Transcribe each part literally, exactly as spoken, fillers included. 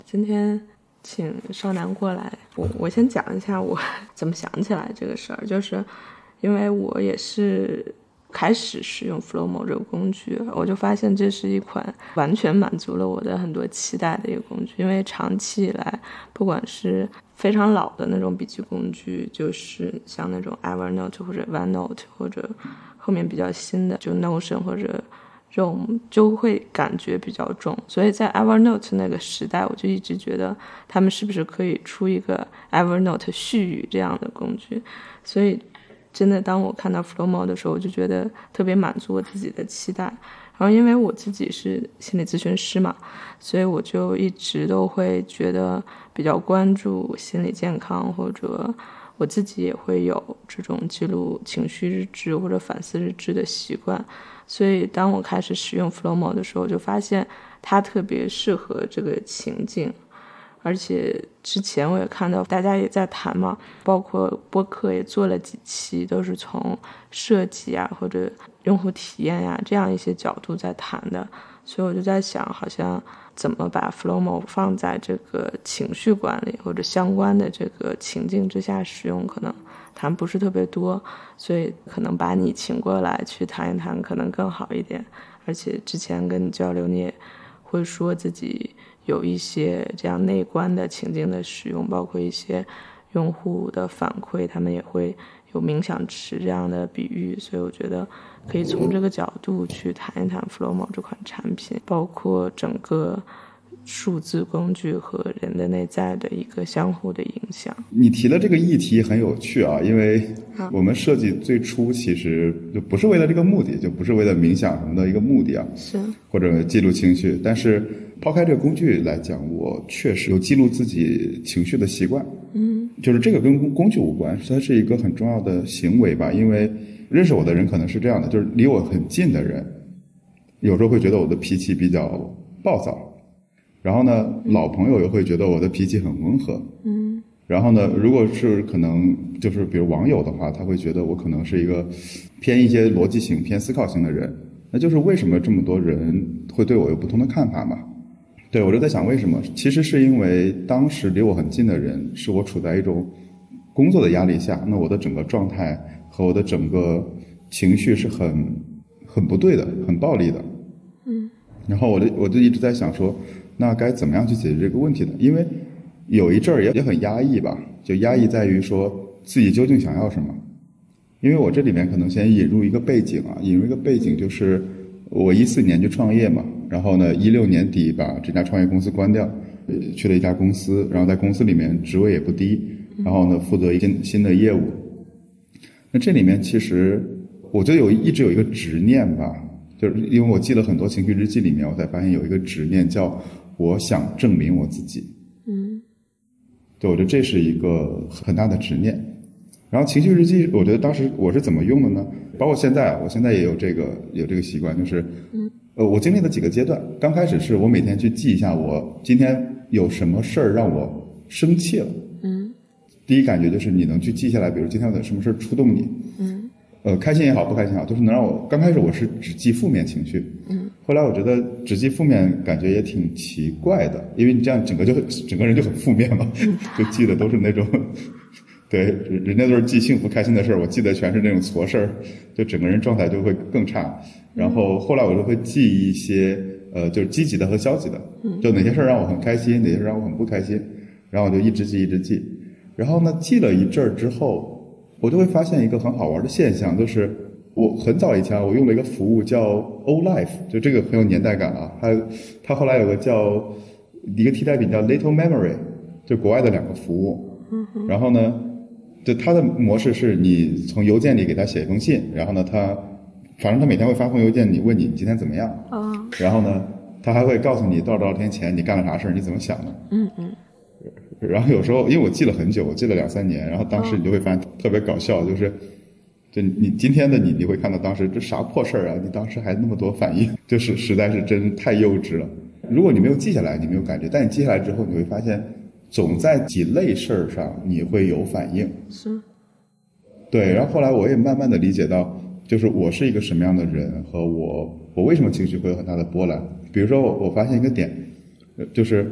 今天请少南过来，我我先讲一下我怎么想起来这个事儿，就是因为我也是开始使用 Flowmo 这个工具，我就发现这是一款完全满足了我的很多期待的一个工具。因为长期以来，不管是非常老的那种笔记工具，就是像那种 Evernote 或者 OneNote， 或者后面比较新的就 Notion 或者Roam， 就会感觉比较重。所以在 Evernote 那个时代，我就一直觉得他们是不是可以出一个 Evernote 续语这样的工具。所以真的当我看到 Flowmo 的时候，我就觉得特别满足我自己的期待。然后因为我自己是心理咨询师嘛，所以我就一直都会觉得比较关注心理健康，或者我自己也会有这种记录情绪日志或者反思日志的习惯。所以当我开始使用 Flowmo 的时候，就发现它特别适合这个情境。而且之前我也看到大家也在谈嘛，包括播客也做了几期，都是从设计啊或者用户体验呀、啊、这样一些角度在谈的。所以我就在想，好像怎么把 Flowmo 放在这个情绪管理或者相关的这个情境之下使用，可能谈不是特别多，所以可能把你请过来去谈一谈可能更好一点。而且之前跟你交流，你也会说自己有一些这样内观的情境的使用，包括一些用户的反馈，他们也会有冥想池这样的比喻。所以我觉得可以从这个角度去谈一谈 Flowmo 这款产品，包括整个数字工具和人的内在的一个相互的影响。 你提的这个议题很有趣啊，因为我们设计最初其实就不是为了这个目的，就不是为了冥想什么的一个目的啊， 是或者记录情绪。但是抛开这个工具来讲，我确实有记录自己情绪的习惯。嗯，就是这个跟工具无关，它是一个很重要的行为吧。因为认识我的人可能是这样的，就是离我很近的人，有时候会觉得我的脾气比较暴躁。然后呢，老朋友又会觉得我的脾气很温和。嗯。然后呢，如果是可能就是比如网友的话，他会觉得我可能是一个偏一些逻辑型、偏思考型的人。那就是为什么这么多人会对我有不同的看法嘛？对，我就在想为什么？其实是因为当时离我很近的人，是我处在一种工作的压力下，那我的整个状态和我的整个情绪是很很不对的，很暴力的。嗯。然后我就我就一直在想说，那该怎么样去解决这个问题呢？因为有一阵儿也也很压抑吧，就压抑在于说自己究竟想要什么。因为我这里面可能先引入一个背景啊，引入一个背景就是我一四年就创业嘛，然后呢一六年底把这家创业公司关掉，去了一家公司，然后在公司里面职位也不低，然后呢负责一个新的业务。那这里面其实我就有一直有一个执念吧，就是因为我记了很多情绪日记里面，我才发现有一个执念叫我想证明我自己。嗯，对，我觉得这是一个很大的执念。然后情绪日记，我觉得当时我是怎么用的呢？包括现在，我现在也有这个有这个习惯，就是呃，我经历了几个阶段。刚开始是我每天去记一下我今天有什么事儿让我生气了。嗯，第一感觉就是你能去记下来，比如今天有什么事儿触动你。嗯。呃，开心也好，不开心也好，就是能让我刚开始我是只记负面情绪，嗯，后来我觉得只记负面感觉也挺奇怪的，因为你这样整个就整个人就很负面嘛，就记得都是那种，对，人家都是记幸福开心的事儿，我记得全是那种挫事儿，就整个人状态就会更差。然后后来我就会记一些呃，就是积极的和消极的，就哪些事儿让我很开心，哪些事儿让我很不开心，然后我就一直记一直记，然后呢，记了一阵儿之后。我就会发现一个很好玩的现象，就是我很早以前我用了一个服务叫 O-Life， 就这个很有年代感啊。它它后来有个叫一个替代品叫 Little Memory， 就国外的两个服务。然后呢，就它的模式是你从邮件里给他写一封信，然后呢，他反正他每天会发封邮件，你问你今天怎么样。哦。然后呢，他还会告诉你多少多少天前你干了啥事儿，你怎么想的。嗯嗯。然后有时候因为我记了很久，我记了两三年，然后当时你就会发现特别搞笑，就是就你今天的你你会看到当时这啥破事儿啊，你当时还那么多反应，就是实在是真太幼稚了。如果你没有记下来你没有感觉，但你记下来之后你会发现总在几类事儿上你会有反应。是。对，然后后来我也慢慢的理解到就是我是一个什么样的人和我我为什么情绪会有很大的波澜。比如说我我发现一个点，就是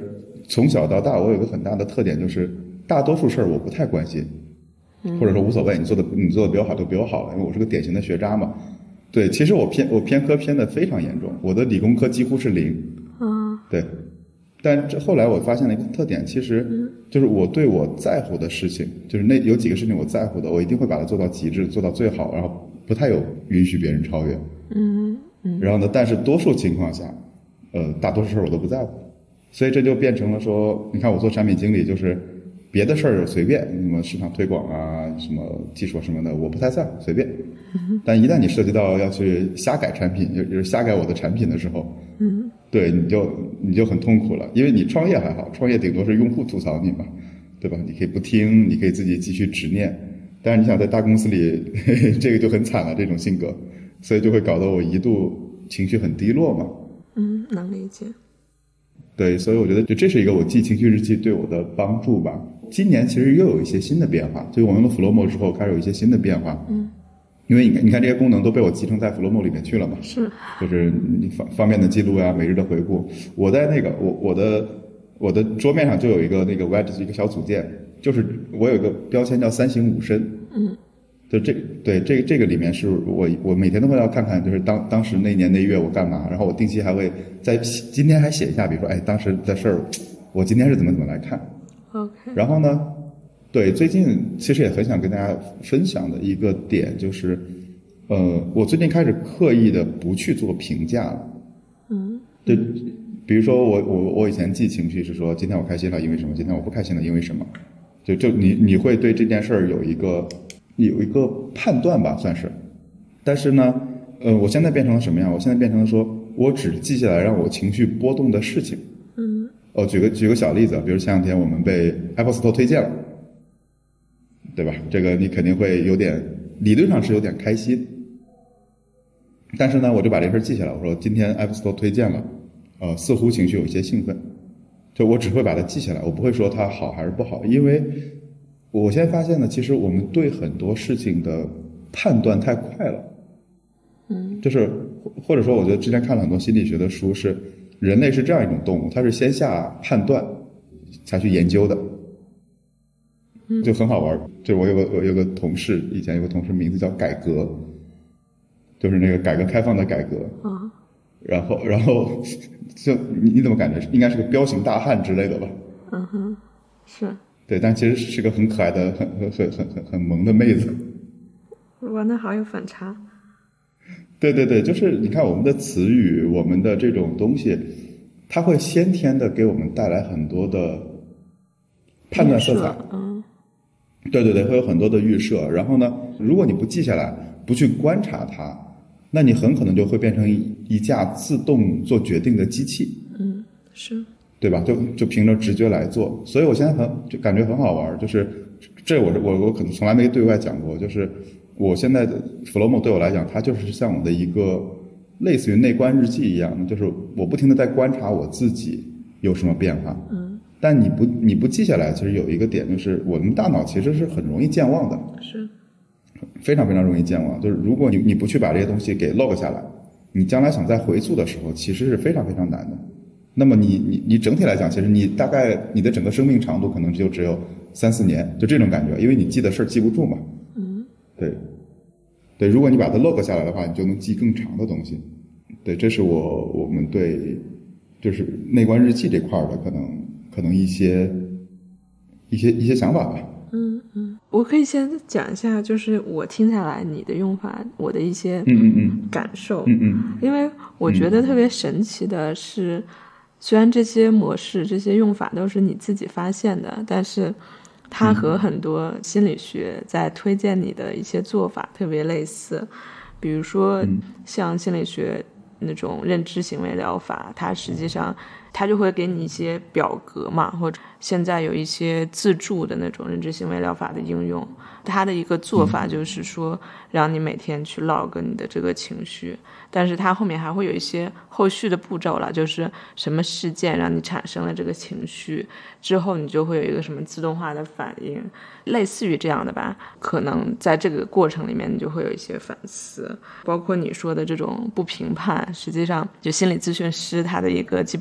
从小到大我有一个很大的特点，就是大多数事儿我不太关心，或者说无所谓，你做的你做的比我好就比我好了，因为我是个典型的学渣嘛。对，其实我偏我偏科偏的非常严重，我的理工科几乎是零。 嗯， 对。但这后来我发现了一个特点，其实就是我对我在乎的事情，就是那有几个事情我在乎的，我一定会把它做到极致，做到最好，然后不太有允许别人超越。 嗯嗯。 然后呢，但是多数情况下，呃，大多数事儿我都不在乎，所以这就变成了说，你看我做产品经理，就是别的事儿随便，什么市场推广啊，什么技术什么的，我不太在乎，随便。但一旦你涉及到要去瞎改产品，就是瞎改我的产品的时候， 嗯，对， 你就你就很痛苦了，因为你创业还好，创业顶多是用户吐槽你嘛，对吧？你可以不听，你可以自己继续执念，但是你想在大公司里，呵呵这个就很惨了，这种性格，所以就会搞得我一度情绪很低落嘛。 嗯，能理解。 对，所以我觉得这是一个我记情绪日记对我的帮助吧。今年其实又有一些新的变化，就我用了 Flomo 之后开始有一些新的变化。 嗯。 因为你看，你看这些功能都被我集成在 Flomo 里面去了嘛， 是， 就是方方便的记录啊，每日的回顾。我在那个我我的我的桌面上就有一个那个 Wedge 一个小组件，就是我有一个标签叫三省吾身。 嗯， 就这对这这个里面是我我每天都会要看看，就是当当时那年那月我干嘛，然后我定期还会在今天还写一下，比如说哎当时的事儿，我今天是怎么怎么来看。 OK。 然后呢？对，最近其实也很想跟大家分享的一个点就是，呃，我最近开始刻意的不去做评价了。 嗯， 对，比如说我我我以前记情绪是说今天我开心了因为什么，今天我不开心了因为什么，就就你你会对这件事儿有一个有一个判断吧，算是。但是呢，呃，我现在变成了什么样？我现在变成了说我只记下来让我情绪波动的事情。 嗯。 哦，举个举个小例子，比如前两天我们被 Apple Store 推荐了。对吧？这个你肯定会有点，理论上是有点开心，但是呢，我就把这事记下来。我说今天 App Store 推荐了，呃，似乎情绪有一些兴奋，就我只会把它记下来，我不会说它好还是不好，因为我现在发现呢，其实我们对很多事情的判断太快了， 嗯， 就是或者说，我觉得之前看了很多心理学的书，是人类是这样一种动物，它是先下判断才去研究的。就很好玩，就我有个我有个同事，以前有个同事名字叫改革，就是那个改革开放的改革啊， 然后然后就你你怎么感觉应该是个彪形大汉之类的吧？ 嗯哼，是对，但其实是个很可爱的、很很很很很萌的妹子。 哇，那好有反差。 对对对，就是你看我们的词语，我们的这种东西，它会先天的给我们带来很多的判断色彩。 嗯。 对对对，会有很多的预设，然后呢，如果你不记下来，不去观察它，那你很可能就会变成一一架自动做决定的机器。 嗯，是， 对吧？就就凭着直觉来做。所以我现在很就感觉很好玩，就是这我我我可能从来没对外讲过，就是我现在的 Flomo 对我来讲，它就是像我的一个类似于内观日记一样的，就是我不停的在观察我自己有什么变化。 嗯。 但你不你不记下来，其实有一个点，就是我们大脑其实是很容易健忘的， 是非常非常容易健忘。就是如果你你不去把这些东西给 log 下来，你将来想再回溯的时候，其实是非常非常难的。那么你你你整体来讲，其实你大概你的整个生命长度可能就只有三四年，就这种感觉，因为你记的事儿记不住嘛。 嗯， 对，对，如果你把它 log 下来的话，你就能记更长的东西。对，这是我我们对就是内观日记这块的可能。可能一些一些一些想法吧。 嗯嗯，我可以先讲一下，就是我听下来你的用法，我的一些嗯嗯嗯感受。 嗯嗯， 因为我觉得特别神奇的是，嗯、虽然这些模式、这些用法都是你自己发现的，但是它和很多心理学在推荐你的一些做法特别类似。比如说，像心理学那种认知行为疗法，它实际上。他就会给你一些表格嘛，或者现在有一些自助的那种认知行为疗法的应用，它的一个做法就是说让你每天去 log 你的这个情绪，但是它后面还会有一些后续的步骤了，就是什么事件让你产生了这个情绪之后，你就会有一个什么自动化的反应，类似于这样的吧。可能在这个过程里面你就会有一些反思，包括你说的这种不评判，实际上就心理咨询师他的一个基本的态度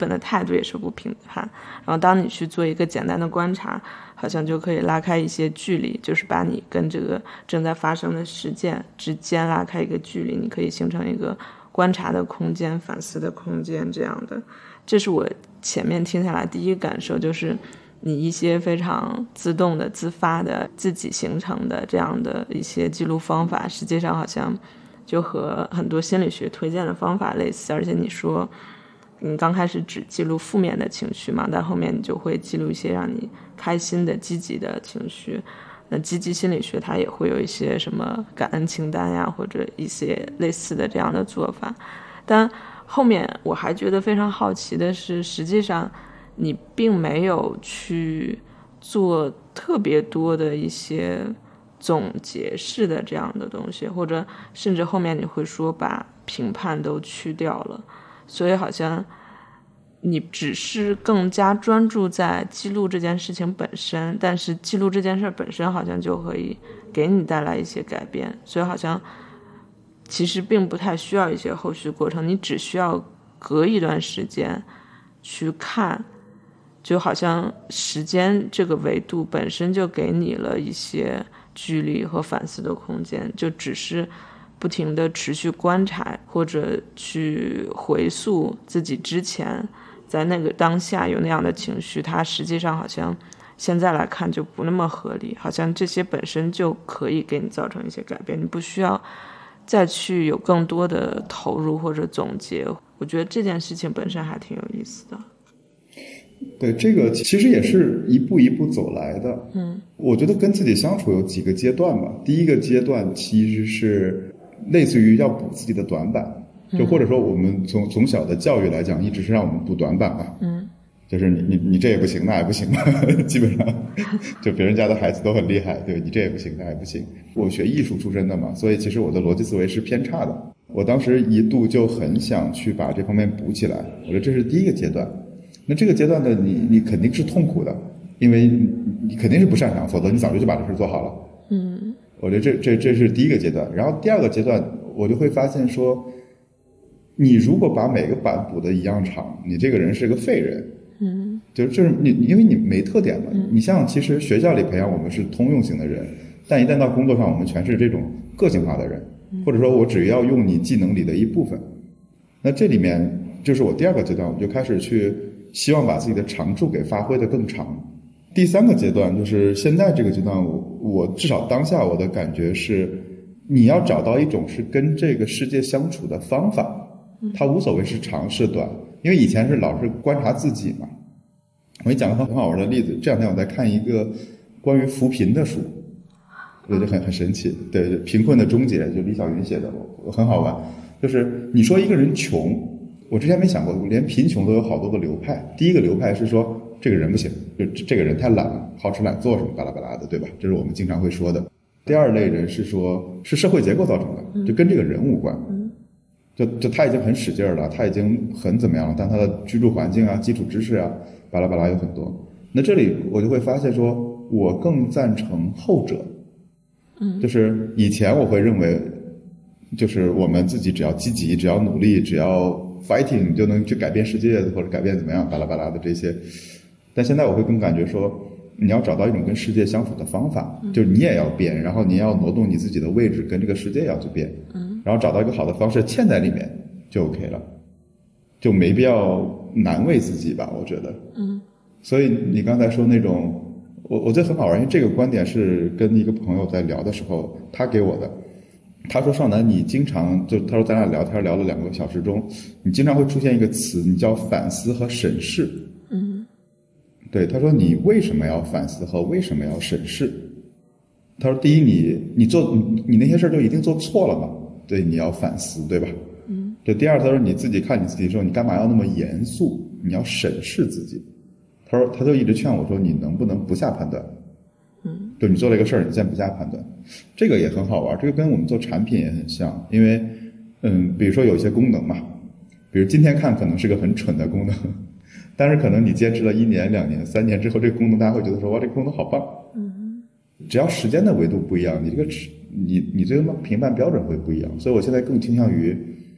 着也是不平坦。然后当你去做一个简单的观察，好像就可以拉开一些距离，就是把你跟这个正在发生的事件之间拉开一个距离，你可以形成一个观察的空间、反思的空间这样的。这是我前面听下来第一个感受，就是你一些非常自动的、自发的、自己形成的这样的一些记录方法，实际上好像就和很多心理学推荐的方法类似。而且你说你刚开始只记录负面的情绪嘛，但后面你就会记录一些让你开心的积极的情绪。那积极心理学它也会有一些什么感恩清单呀，或者一些类似的这样的做法。但后面我还觉得非常好奇的是，实际上你并没有去做特别多的一些总结式的这样的东西，或者甚至后面你会说把评判都去掉了，所以好像你只是更加专注在记录这件事情本身，但是记录这件事本身好像就可以给你带来一些改变，所以好像其实并不太需要一些后续过程，你只需要隔一段时间去看，就好像时间这个维度本身就给你了一些距离和反思的空间，就只是不停的持续观察或者去回溯自己之前在那个当下有那样的情绪，它实际上好像现在来看就不那么合理，好像这些本身就可以给你造成一些改变，你不需要再去有更多的投入或者总结。我觉得这件事情本身还挺有意思的。 对，这个其实也是一步一步走来的。嗯，我觉得跟自己相处有几个阶段吧。第一个阶段其实是类似于要补自己的短板，就或者说我们从从小的教育来讲，一直是让我们补短板嘛。嗯，就是你你你这也不行，那也不行嘛，基本上就别人家的孩子都很厉害，对你这也不行，那也不行。我学艺术出身的嘛，所以其实我的逻辑思维是偏差的。我当时一度就很想去把这方面补起来，我觉得这是第一个阶段。那这个阶段的你，你肯定是痛苦的，因为你你肯定是不擅长，否则你早就就把这事做好了。嗯，我觉得这这这是第一个阶段。然后第二个阶段，我就会发现说，你如果把每个板补的一样长，你这个人是个废人。嗯，就是就是你，因为你没特点嘛。嗯、你像其实学校里培养我们是通用型的人，但一旦到工作上，我们全是这种个性化的人，或者说我只要用你技能里的一部分。那这里面就是我第二个阶段，我就开始去希望把自己的长处给发挥得更长。第三个阶段就是现在这个阶段，我我至少当下我的感觉是，你要找到一种是跟这个世界相处的方法，它无所谓是长是短，因为以前是老是观察自己嘛。我给你讲个很好玩的例子，这两天我在看一个关于扶贫的书，我觉得很很神奇。对，贫困的终结，就李小云写的，我很好玩。就是你说一个人穷，我之前没想过，连贫穷都有好多个流派。第一个流派是说这个人不行，就这个人太懒了，好吃懒做什么巴拉巴拉的，对吧？这是我们经常会说的。第二类人是说是社会结构造成的，就跟这个人无关。就就他已经很使劲了，他已经很怎么样了，但他的居住环境啊、基础知识啊，巴拉巴拉有很多。那这里我就会发现说，我更赞成后者。嗯，就是以前我会认为，就是我们自己只要积极，只要努力，只要 fighting 就能去改变世界或者改变怎么样巴拉巴拉的这些。但现在我会更感觉说，你要找到一种跟世界相处的方法，就是你也要变，然后你要挪动你自己的位置，跟这个世界要去变。嗯，然后找到一个好的方式嵌在里面就 OK 了，就没必要难为自己吧，我觉得。嗯，所以你刚才说那种，我我觉得很好玩，因为这个观点是跟一个朋友在聊的时候他给我的。他说少南，你经常就他说咱俩聊天聊了两个小时中，你经常会出现一个词，你叫反思和审视。嗯，对，他说你为什么要反思和为什么要审视？他说第一，你你做你你那些事儿就一定做错了嘛？对，你要反思，对吧？嗯。对，第二，他说你自己看你自己的时候，你干嘛要那么严肃？你要审视自己。他说他就一直劝我说，你能不能不下判断？嗯，对，你做了一个事儿，你先不下判断，这个也很好玩。这个跟我们做产品也很像，因为，嗯，比如说有一些功能嘛，比如今天看可能是个很蠢的功能，但是可能你坚持了一年、两年、三年之后，这个功能大家会觉得说，哇，这个功能好棒。嗯，只要时间的维度不一样，你这个你你这个评判标准会不一样。所以我现在更倾向于，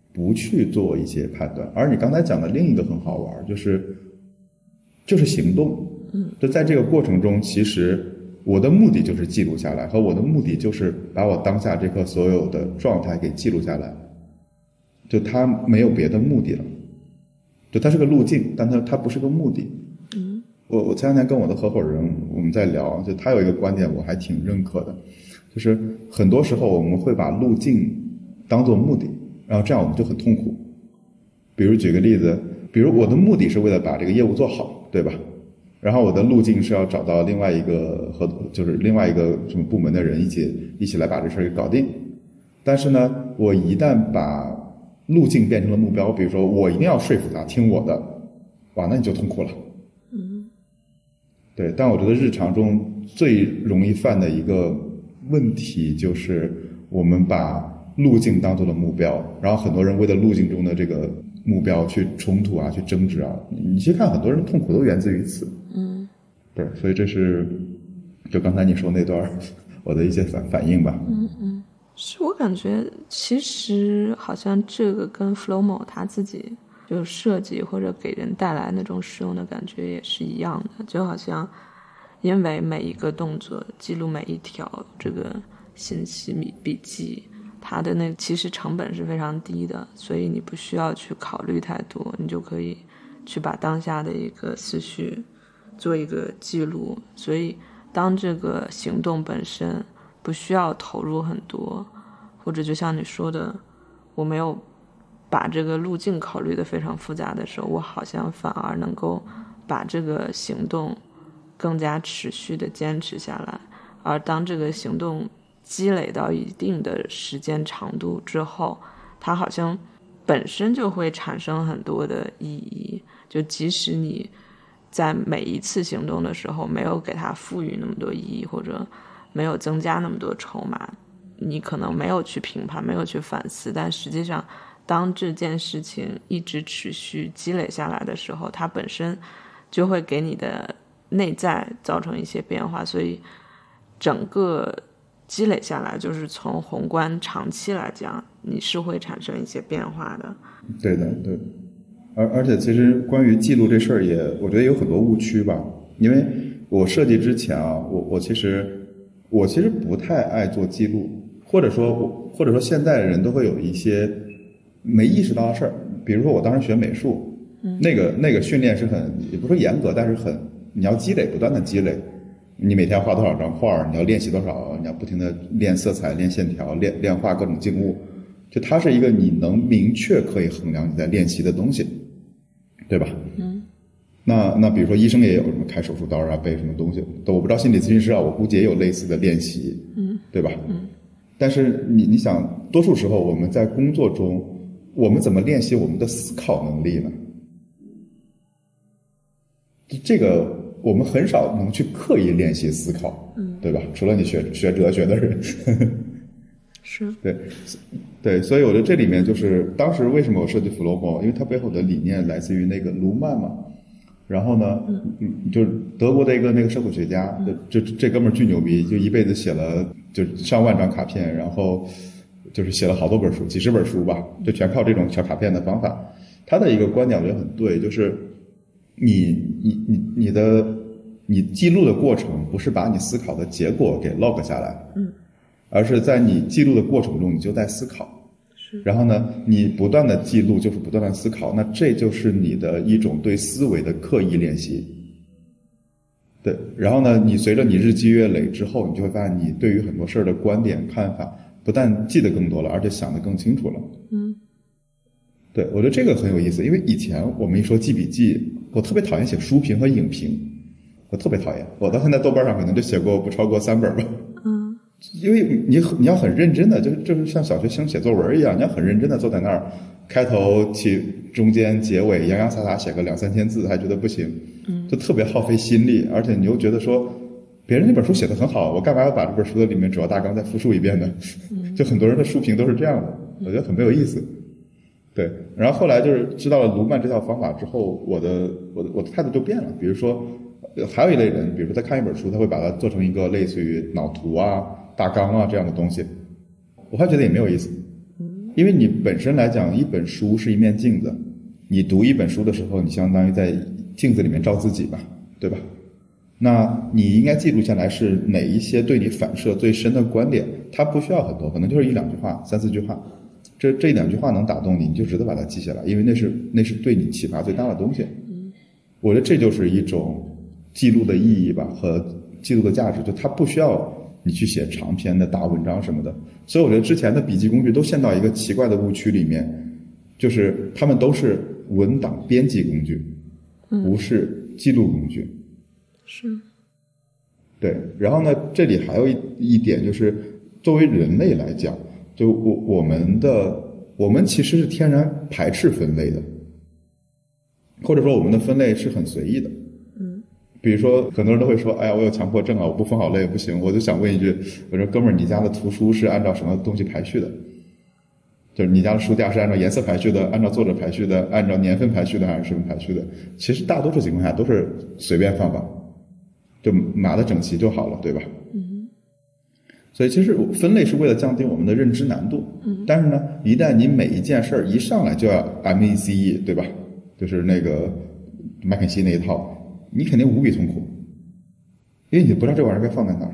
不去做一些判断。而你刚才讲的另一个很好玩，就是就是行动。 嗯， 就在这个过程中，其实我的目的就是记录下来，和我的目的就是把我当下这刻所有的状态给记录下来。就它没有别的目的了，就它是个路径，但它它不是个目的。 嗯， 我我前两天跟我的合伙人我们在聊，就他有一个观点我还挺认可的，就是很多时候我们会把路径当做目的，然后这样我们就很痛苦。比如举个例子，比如我的目的是为了把这个业务做好，对吧？然后我的路径是要找到另外一个和就是另外一个什么部门的人一起一起来把这事儿给搞定。但是呢，我一旦把路径变成了目标，比如说我一定要说服他听我的，哇，那你就痛苦了。 嗯， 对。但我觉得日常中最容易犯的一个问题就是我们把路径当做了目标，然后很多人为了路径中的这个目标去冲突啊，去争执啊。你去看很多人痛苦都源自于此。 嗯， 对，所以这是就刚才你说那段我的一些反反应吧。 嗯嗯，是我感觉其实好像这个跟 Flomo 他自己就设计或者给人带来那种使用的感觉也是一样的，就好像因为每一个动作记录每一条这个信息笔笔记，它的那其实成本是非常低的，所以你不需要去考虑太多，你就可以去把当下的一个思绪做一个记录。所以当这个行动本身不需要投入很多，或者就像你说的我没有把这个路径考虑的非常复杂的时候，我好像反而能够把这个行动更加持续的坚持下来。而当这个行动积累到一定的时间长度之后，它好像本身就会产生很多的意义，就即使你在每一次行动的时候没有给它赋予那么多意义，或者没有增加那么多筹码，你可能没有去评判，没有去反思，但实际上当这件事情一直持续积累下来的时候，它本身就会给你的内在造成一些变化。所以整个积累下来，就是从宏观长期来讲，你是会产生一些变化的。 对的，对的。而而且其实关于记录这事儿也，我觉得有很多误区吧。因为我设计之前啊，我我其实我其实不太爱做记录，或者说或者说现在的人都会有一些没意识到的事儿。比如说我当时学美术，嗯，那个那个训练是很也不是说严格，但是很你要积累，不断的积累。你每天画多少张画，你要练习多少，你要不停的练色彩、练线条、练练画各种静物，就它是一个你能明确可以衡量你在练习的东西，对吧？ 嗯。 那那比如说医生也有什么开手术刀啊，背什么东西，都我不知道心理咨询师啊，我估计也有类似的练习， 嗯，对吧？ 嗯。 但是你你想，多数时候我们在工作中，我们怎么练习我们的思考能力呢？这个。我们很少能去刻意练习思考，嗯，对吧？除了你学学哲学的人， 是， 对，对，所以我觉得这里面就是当时为什么我设计 Flomo， 因为它背后的理念来自于那个卢曼嘛。然后呢，嗯，就是德国的一个那个社会学家，嗯、这这哥们儿巨牛逼，就一辈子写了就上万张卡片，然后就是写了好多本书，几十本书吧，就全靠这种小卡片的方法。他的一个观点我觉得很对，就是。你你你你的你记录的过程不是把你思考的结果给 log 下来， 嗯， 而是在你记录的过程中你就在思考， 是。 然后呢，你不断的记录就是不断的思考，那这就是你的一种对思维的刻意练习。对，然后呢，你随着你日积月累之后，你就会发现你对于很多事儿的观点看法不但记得更多了，而且想得更清楚了。 嗯。 对，我觉得这个很有意思，因为以前我们一说记笔记，我特别讨厌写书评和影评，我特别讨厌。我到现在豆瓣上可能就写过不超过三本吧。 嗯， 因为你你要很认真的，就就是像小学生写作文一样，你要很认真的坐在那儿，开头、起、中间、结尾洋洋洒洒写个两三千字，还觉得不行， 嗯， 就特别耗费心力，而且你又觉得说，别人那本书写得很好，我干嘛要把这本书的里面主要大纲再复述一遍呢？ 嗯， 就很多人的书评都是这样的，我觉得很没有意思。对，然后后来就是知道了卢曼这套方法之后，我的我的我的态度就变了。比如说，还有一类人，比如说他看一本书，他会把它做成一个类似于脑图啊、大纲啊这样的东西，我还觉得也没有意思，因因为你本身来讲，一本书是一面镜子，你读一本书的时候，你相当于在镜子里面照自己吧，对吧？那你应该记录下来是哪一些对你反射最深的观点，它不需要很多，可能就是一两句话、三四句话，这这一两句话能打动你，你就值得把它记下来，因为那是那是对你启发最大的东西。我觉得这就是一种记录的意义吧，和记录的价值，就它不需要你去写长篇的大文章什么的。所以我觉得之前的笔记工具都陷到一个奇怪的误区里面，就是他们都是文档编辑工具，不是记录工具。 是， 对。然后呢，这里还有一一点就是，作为人类来讲，就我我们的我们其实是天然排斥分类的，或者说我们的分类是很随意的。 嗯， 比如说很多人都会说，哎呀，我有强迫症啊，我不分好类不行。我就想问一句，我说哥们儿，你家的图书是按照什么东西排序的？就是你家的书架是按照颜色排序的，按照作者排序的，按照年份排序的，还是什么排序的？其实大多数情况下都是随便放放，就码的整齐就好了，对吧？ 嗯， 所以其实分类是为了降低我们的认知难度。 嗯， 但是呢，一旦你每一件事儿一上来就要 M E C E， 对吧？就是那个麦肯锡那一套，你肯定无比痛苦，因为你不知道这玩意儿该放在哪儿。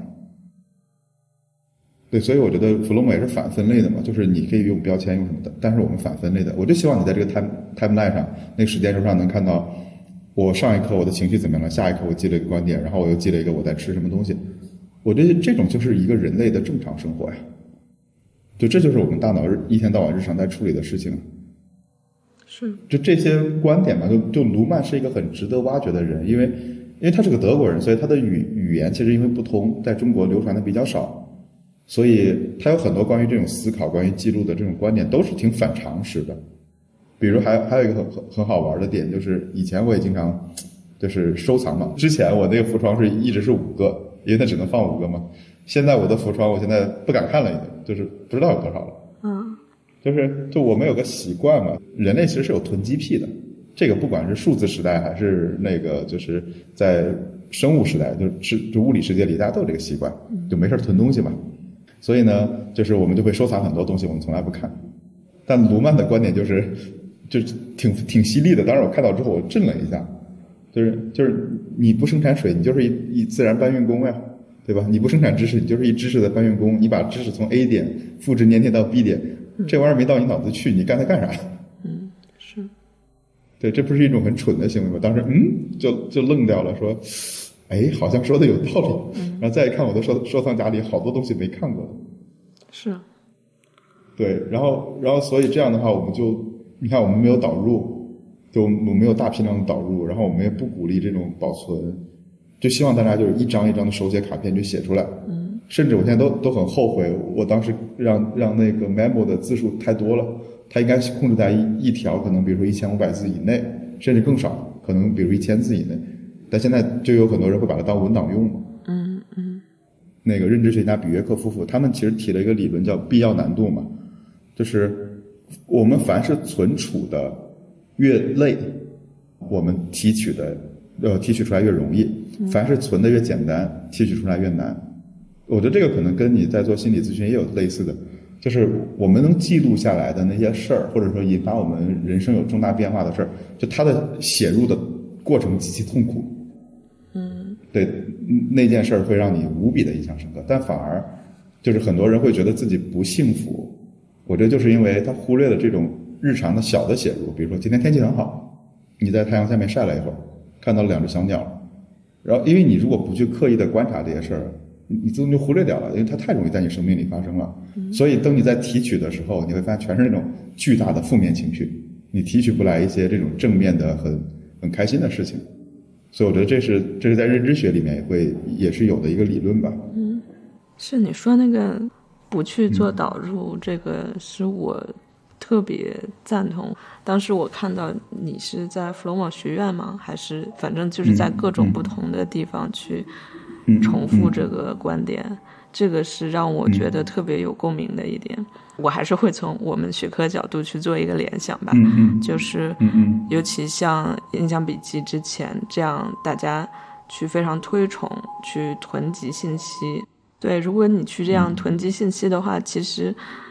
对，所以我觉得 Flomo 也是反分类的嘛，就是你可以用标签用什么的，但是我们反分类的。我就希望你在这个 time timeline 上，那个时间轴上能看到，我上一刻我的情绪怎么样了，下一刻我记了一个观点，然后我又记了一个我在吃什么东西。我觉得这种就是一个人类的正常生活呀，就这就是我们大脑一天到晚日常在处理的事情。 是， 就这些观点嘛，就就卢曼是一个很值得挖掘的人，因为因为他是个德国人，所以他的语语言其实因为不通，在中国流传的比较少。所以他有很多关于这种思考、关于记录的这种观点都是挺反常识的。比如还还有一个很很很好玩的点，就是以前我也经常就是收藏嘛。之前我那个浮床是一直是五个，因为它只能放五个嘛。现在我的浮床我现在不敢看了，已经就是不知道有多少了。 嗯， 就是就我们有个习惯嘛，人类其实是有囤积癖的。这个不管是数字时代还是那个就是在生物时代，就是就物理世界里大家都有这个习惯，就没事囤东西嘛。所以呢，就是我们就会收藏很多东西，我们从来不看。但卢曼的观点就是，就是挺挺犀利的。当时我看到之后，我震了一下，就是就是你不生产水，你就是一一自然搬运工呀，对吧？你不生产知识，你就是一知识的搬运工。你把知识从 A 点复制粘贴到 B 点，这玩意儿没到你脑子去，你干它干啥？ 嗯，是。 对，这不是一种很蠢的行为吗？当时嗯，就就愣掉了，说。哎，好像说的有道理。然后再一看，我的收收藏夹里好多东西没看过。 是。 对，然后然后所以这样的话，我们就你看，我们没有导入，就我们没有大批量的导入，然后我们也不鼓励这种保存，就希望大家就是一张一张的手写卡片就写出来。 嗯。 甚至我现在都都很后悔，我当时让让那个 memo 的字数太多了，它应该控制在一一条，可能比如说一千五百字以内，甚至更少，可能比如一千字以内。但现在就有很多人会把它当文档用嘛。 嗯嗯。 那个认知学家比约克夫妇，他们其实提了一个理论叫必要难度嘛，就是我们凡是存储的越累，我们提取的呃提取出来越容易；凡是存的越简单，提取出来越难。我觉得这个可能跟你在做心理咨询也有类似的，就是我们能记录下来的那些事儿，或者说引发我们人生有重大变化的事儿，就它的写入的过程极其痛苦。 嗯， 对，那件事儿会让你无比的印象深刻，但反而就是很多人会觉得自己不幸福。我觉得就是因为他忽略了这种日常的小的写入，比如说今天天气很好，你在太阳下面晒了一会儿，看到了两只小鸟，然后因为你如果不去刻意的观察这些事儿，你自动就忽略掉了，因为它太容易在你生命里发生了。所以当你在提取的时候，你会发现全是那种巨大的负面情绪，你提取不来一些这种正面的很很开心的事情。所以我觉得这是这是在认知学里面也会也是有的一个理论吧。 嗯，是你说那个不去做导入，嗯、这个是我特别赞同。当时我看到你是在 Flomo 学院吗？还是反正就是在各种不同的地方去重复这个观点，嗯嗯嗯、这个是让我觉得特别有共鸣的一点。嗯、我还是会从我们学科角度去做一个联想吧， 嗯嗯、 就是尤其像印象笔记之前这样大家去非常推崇去囤积信息。对，如果你去这样囤积信息的话，其实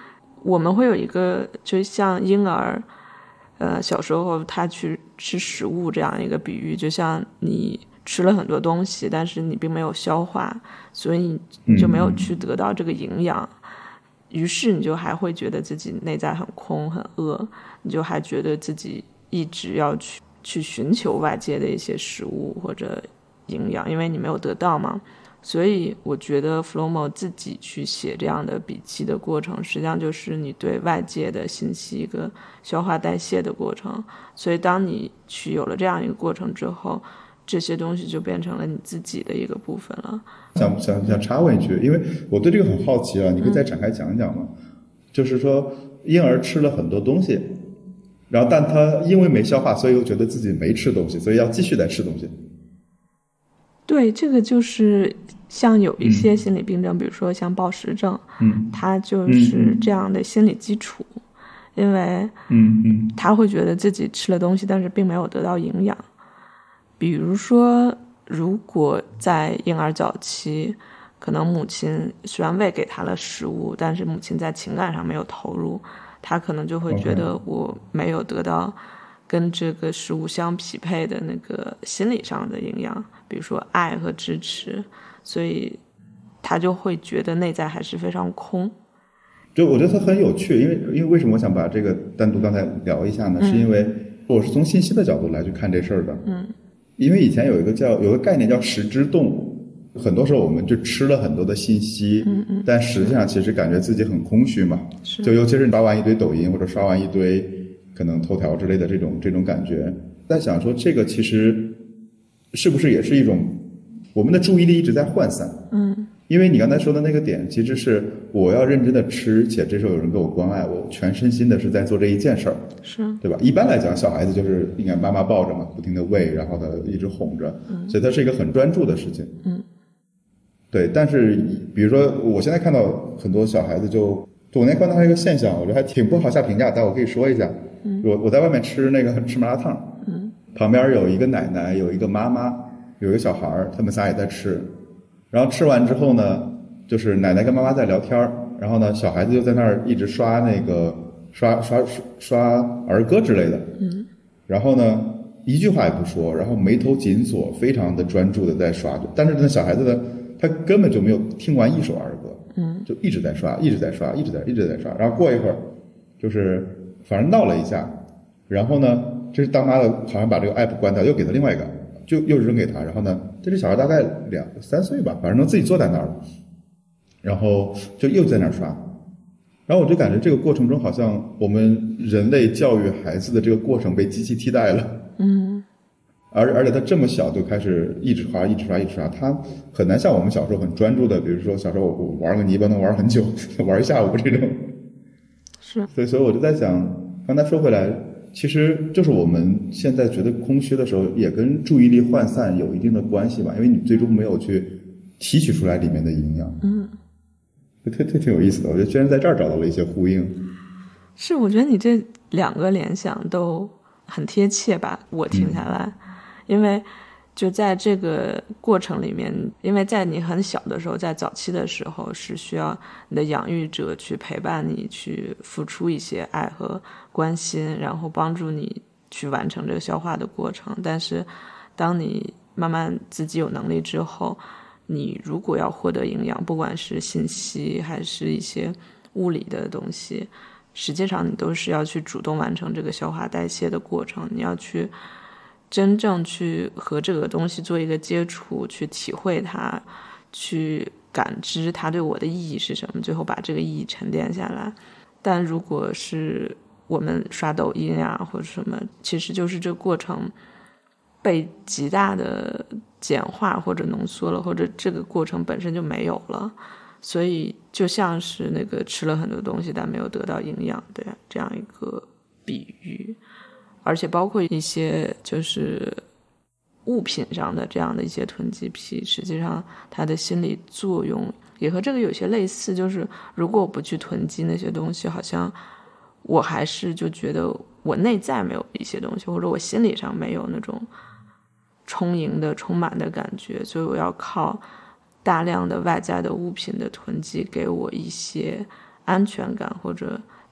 我们会有一个就像婴儿呃小时候他去吃食物这样一个比喻，就像你吃了很多东西但是你并没有消化，所以你就没有去得到这个营养、嗯、于是你就还会觉得自己内在很空很饿，你就还觉得自己一直要去去寻求外界的一些食物或者营养，因为你没有得到嘛。所以我觉得 Flomo 自己去写这样的笔记的过程，实际上就是你对外界的信息一个消化代谢的过程。所以当你去有了这样一个过程之后，这些东西就变成了你自己的一个部分了。 想想想插问一句，因为我对这个很好奇啊，你可以再展开讲一讲吗？嗯、就是说婴儿吃了很多东西，然后但他因为没消化，所以又觉得自己没吃东西，所以要继续再吃东西。 对，这个就是像有一些心理病症、嗯、比如说像暴食症， 嗯， 它就是这样的心理基础、嗯、因为嗯嗯， 他会觉得自己吃了东西但是并没有得到营养。比如说如果在婴儿早期，可能母亲虽然喂给他了食物，但是母亲在情感上没有投入，他可能就会觉得我没有得到跟这个食物相匹配的那个心理上的营养，比如说爱和支持，所以他就会觉得内在还是非常空。 就我觉得它很有趣，因为因为为什么我想把这个单独刚才聊一下呢、嗯、是因为我是从信息的角度来去看这事儿的。 嗯， 因为以前有一个叫有个概念叫食之动，很多时候我们就吃了很多的信息， 嗯嗯， 但实际上其实感觉自己很空虚嘛，就尤其是刷完一堆抖音或者刷完一堆可能头条之类的这种这种感觉，在想说这个其实是不是也是一种我们的注意力一直在涣散。 嗯， 因为你刚才说的那个点其实是我要认真的吃，且这时候有人给我关爱，我全身心的是在做这一件事儿， 是对吧？一般来讲小孩子就是应该妈妈抱着嘛，不停的喂，然后呢一直哄着、嗯、所以它是一个很专注的事情。 嗯， 对。但是比如说我现在看到很多小孩子就就我那天观察一个现象，我觉得还挺不好下评价，但我可以说一下。 嗯， 我我在外面吃那个吃麻辣烫， 嗯， 旁边有一个奶奶，有一个妈妈，有一个小孩，他们仨也在吃。然后吃完之后呢，就是奶奶跟妈妈在聊天，然后呢小孩子就在那儿一直刷那个刷刷刷儿歌之类的。 嗯， 然后呢一句话也不说，然后眉头紧锁，非常的专注的在刷。但是那小孩子呢，他根本就没有听完一首儿歌， 嗯， 就一直在刷，一直在刷，一直在一直在刷。然后过一会儿，就是反正闹了一下，然后呢，这是当妈的好像把这个 app 关掉，又给他另外一个，就又扔给他。然后呢，这只小孩大概两三岁吧，反正能自己坐在那儿，然后就又在那儿刷。然后我就感觉这个过程中，好像我们人类教育孩子的这个过程被机器替代了。 嗯， 而而且他这么小就开始一直刷，一直刷，一直刷，他很难像我们小时候很专注的，比如说小时候我玩个泥巴能玩很久，玩一下午这种。 是， 所以所以我就在想，刚才说回来，其实就是我们现在觉得空虚的时候，也跟注意力涣散有一定的关系吧，因为你最终没有去提取出来里面的营养。 嗯， 特特挺有意思的，我觉得居然在这儿找到了一些呼应。 是，我觉得你这两个联想都很贴切吧，我听下来、嗯、因为就在这个过程里面，因为在你很小的时候，在早期的时候是需要你的养育者去陪伴你，去付出一些爱和关心，然后帮助你去完成这个消化的过程。但是当你慢慢自己有能力之后，你如果要获得营养，不管是信息还是一些物理的东西，实际上你都是要去主动完成这个消化代谢的过程，你要去真正去和这个东西做一个接触，去体会它，去感知它对我的意义是什么，最后把这个意义沉淀下来。但如果是我们刷抖音啊或者什么，其实就是这个过程被极大的简化或者浓缩了，或者这个过程本身就没有了，所以就像是那个吃了很多东西但没有得到营养的这样一个比喻。而且包括一些就是物品上的这样的一些囤积癖，实际上它的心理作用也和这个有些类似，就是如果我不去囤积那些东西，好像我还是就觉得我内在没有一些东西，或者我心理上没有那种充盈的充满的感觉，所以我要靠大量的外在的物品的囤积给我一些安全感或者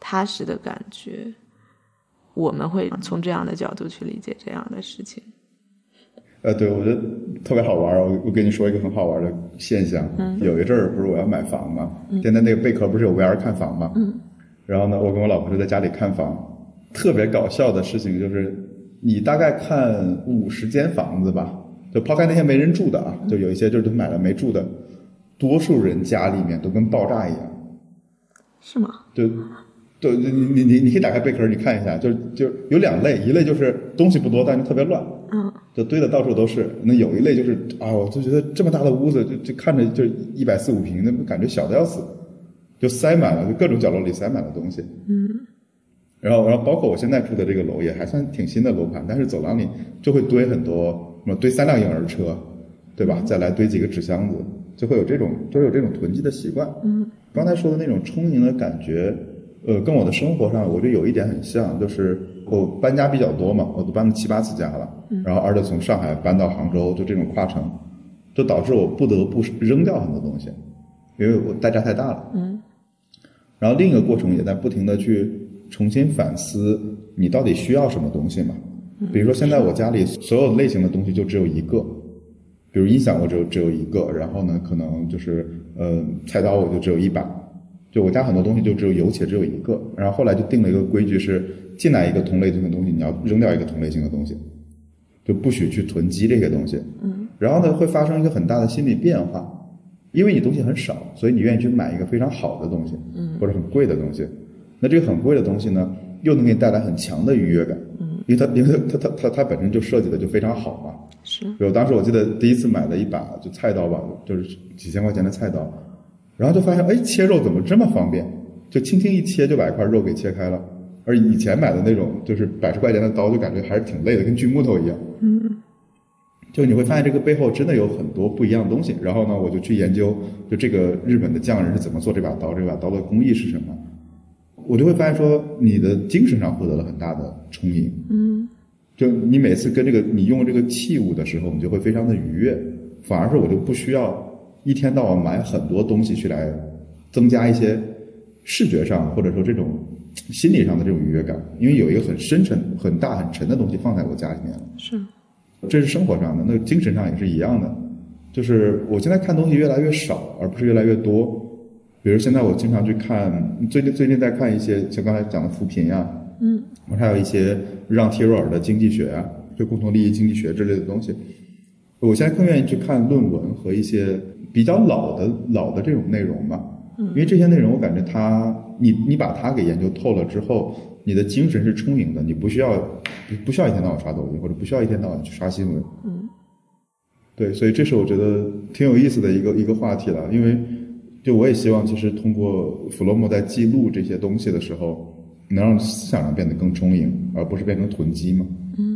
踏实的感觉，我们会从这样的角度去理解这样的事情。 呃，对，我觉得特别好玩。我我跟你说一个很好玩的现象。嗯，有一阵儿不是我要买房嘛，嗯、现在那个贝壳不是有 V R 看房嘛，嗯，然后呢，我跟我老婆就在家里看房。特别搞笑的事情就是，你大概看五十间房子吧，就抛开那些没人住的啊，就有一些就是买了没住的，多数人家里面都跟爆炸一样。 是吗？ 就。对，你你你你可以打开贝壳，你看一下，就就有两类，一类就是东西不多，但是特别乱，嗯，就堆的到处都是。那有一类就是啊，我就觉得这么大的屋子，就就看着就一百四五平，那感觉小的要死，就塞满了，就各种角落里塞满了东西，嗯。然后然后包括我现在住的这个楼也还算挺新的楼盘，但是走廊里就会堆很多，什么堆三辆婴儿车，对吧？再来堆几个纸箱子，就会有这种就会有这种囤积的习惯。嗯，刚才说的那种充盈的感觉。呃，跟我的生活上，我觉得有一点很像，就是我搬家比较多嘛，我都搬了七八次家了，嗯、然后而且从上海搬到杭州，就这种跨城，就导致我不得不扔掉很多东西，因为我代价太大了。嗯。然后另一个过程也在不停的去重新反思，你到底需要什么东西嘛？比如说现在我家里所有类型的东西就只有一个，比如音响我只有只有一个，然后呢，可能就是呃菜刀我就只有一把。就我家很多东西就只有有且只有一个，然后后来就定了一个规矩，是进来一个同类型的东西，你要扔掉一个同类型的东西，就不许去囤积这些东西。嗯。然后呢，会发生一个很大的心理变化，因为你东西很少，所以你愿意去买一个非常好的东西，嗯，或者很贵的东西。那这个很贵的东西呢，又能给你带来很强的愉悦感，嗯，因为它因为它它它它本身就设计的就非常好嘛。 是。 比如当时我记得第一次买了一把就菜刀吧，就是几千块钱的菜刀。然后就发现，哎，切肉怎么这么方便？就轻轻一切就把一块肉给切开了。而以前买的那种就是百十块钱的刀，就感觉还是挺累的，跟锯木头一样。嗯。就你会发现这个背后真的有很多不一样的东西。然后呢，我就去研究，就这个日本的匠人是怎么做这把刀，这把刀的工艺是什么。我就会发现说，你的精神上获得了很大的充盈。嗯。就你每次跟这个你用这个器物的时候，你就会非常的愉悦，反而是我就不需要一天到晚买很多东西去来增加一些视觉上或者说这种心理上的这种愉悦感，因为有一个很深沉很大很沉的东西放在我家里面了。 是， 这是生活上的，那精神上也是一样的，就是我现在看东西越来越少而不是越来越多。比如现在我经常去看，最近最近在看一些像刚才讲的扶贫呀，嗯，还有一些让提若尔的经济学啊，就共同利益经济学之类的东西。我现在更愿意去看论文和一些比较老的老的这种内容吧，因为这些内容我感觉它，你你把它给研究透了之后，你的精神是充盈的，你不需要不需要一天到晚刷抖音，或者不需要一天到晚去刷新闻。嗯，对，所以这是我觉得挺有意思的一个一个话题了，因为就我也希望其实通过弗洛姆在记录这些东西的时候，能让思想上变得更充盈，而不是变成囤积嘛。嗯。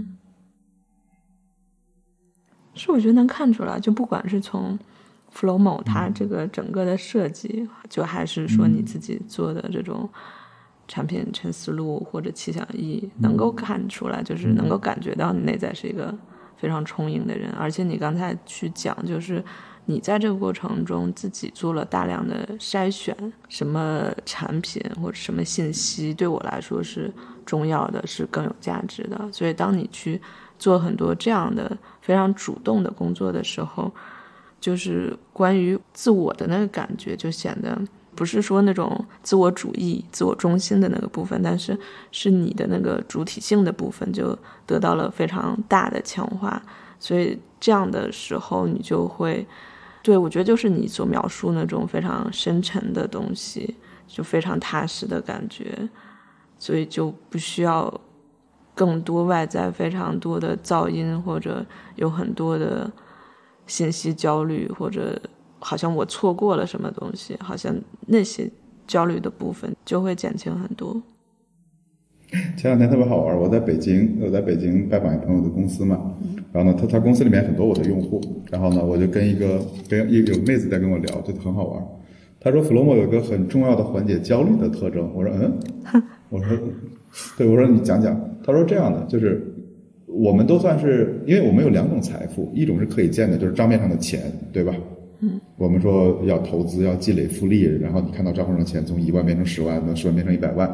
是我觉得能看出来，就不管是从 Flomo 它这个整个的设计，就还是说你自己做的这种产品陈思路或者气象意，能够看出来，就是能够感觉到你内在是一个非常充盈的人。而且你刚才去讲，就是你在这个过程中自己做了大量的筛选，什么产品或者什么信息对我来说是重要的，是更有价值的。所以当你去做很多这样的非常主动的工作的时候，就是关于自我的那个感觉就显得不是说那种自我主义自我中心的那个部分，但是是你的那个主体性的部分就得到了非常大的强化。所以这样的时候你就会，对，我觉得就是你所描述那种非常深沉的东西，就非常踏实的感觉，所以就不需要更多外在非常多的噪音，或者有很多的信息焦虑，或者好像我错过了什么东西，好像那些焦虑的部分就会减轻很多。 前两天特别好玩，我在北京我在北京拜访一朋友的公司嘛，然后呢他他公司里面很多我的用户，然后呢我就跟一个跟一个有妹子在跟我聊，就很好玩。他说 Flomo 有一个很重要的缓解焦虑的特征。我说嗯我说对，我说你讲讲。他说这样的，就是我们都算是，因为我们有两种财富，一种是可以见的，就是账面上的钱，对吧？嗯，我们说要投资要积累复利，然后你看到账户上的钱从一万变成十万，从十万变成一百万，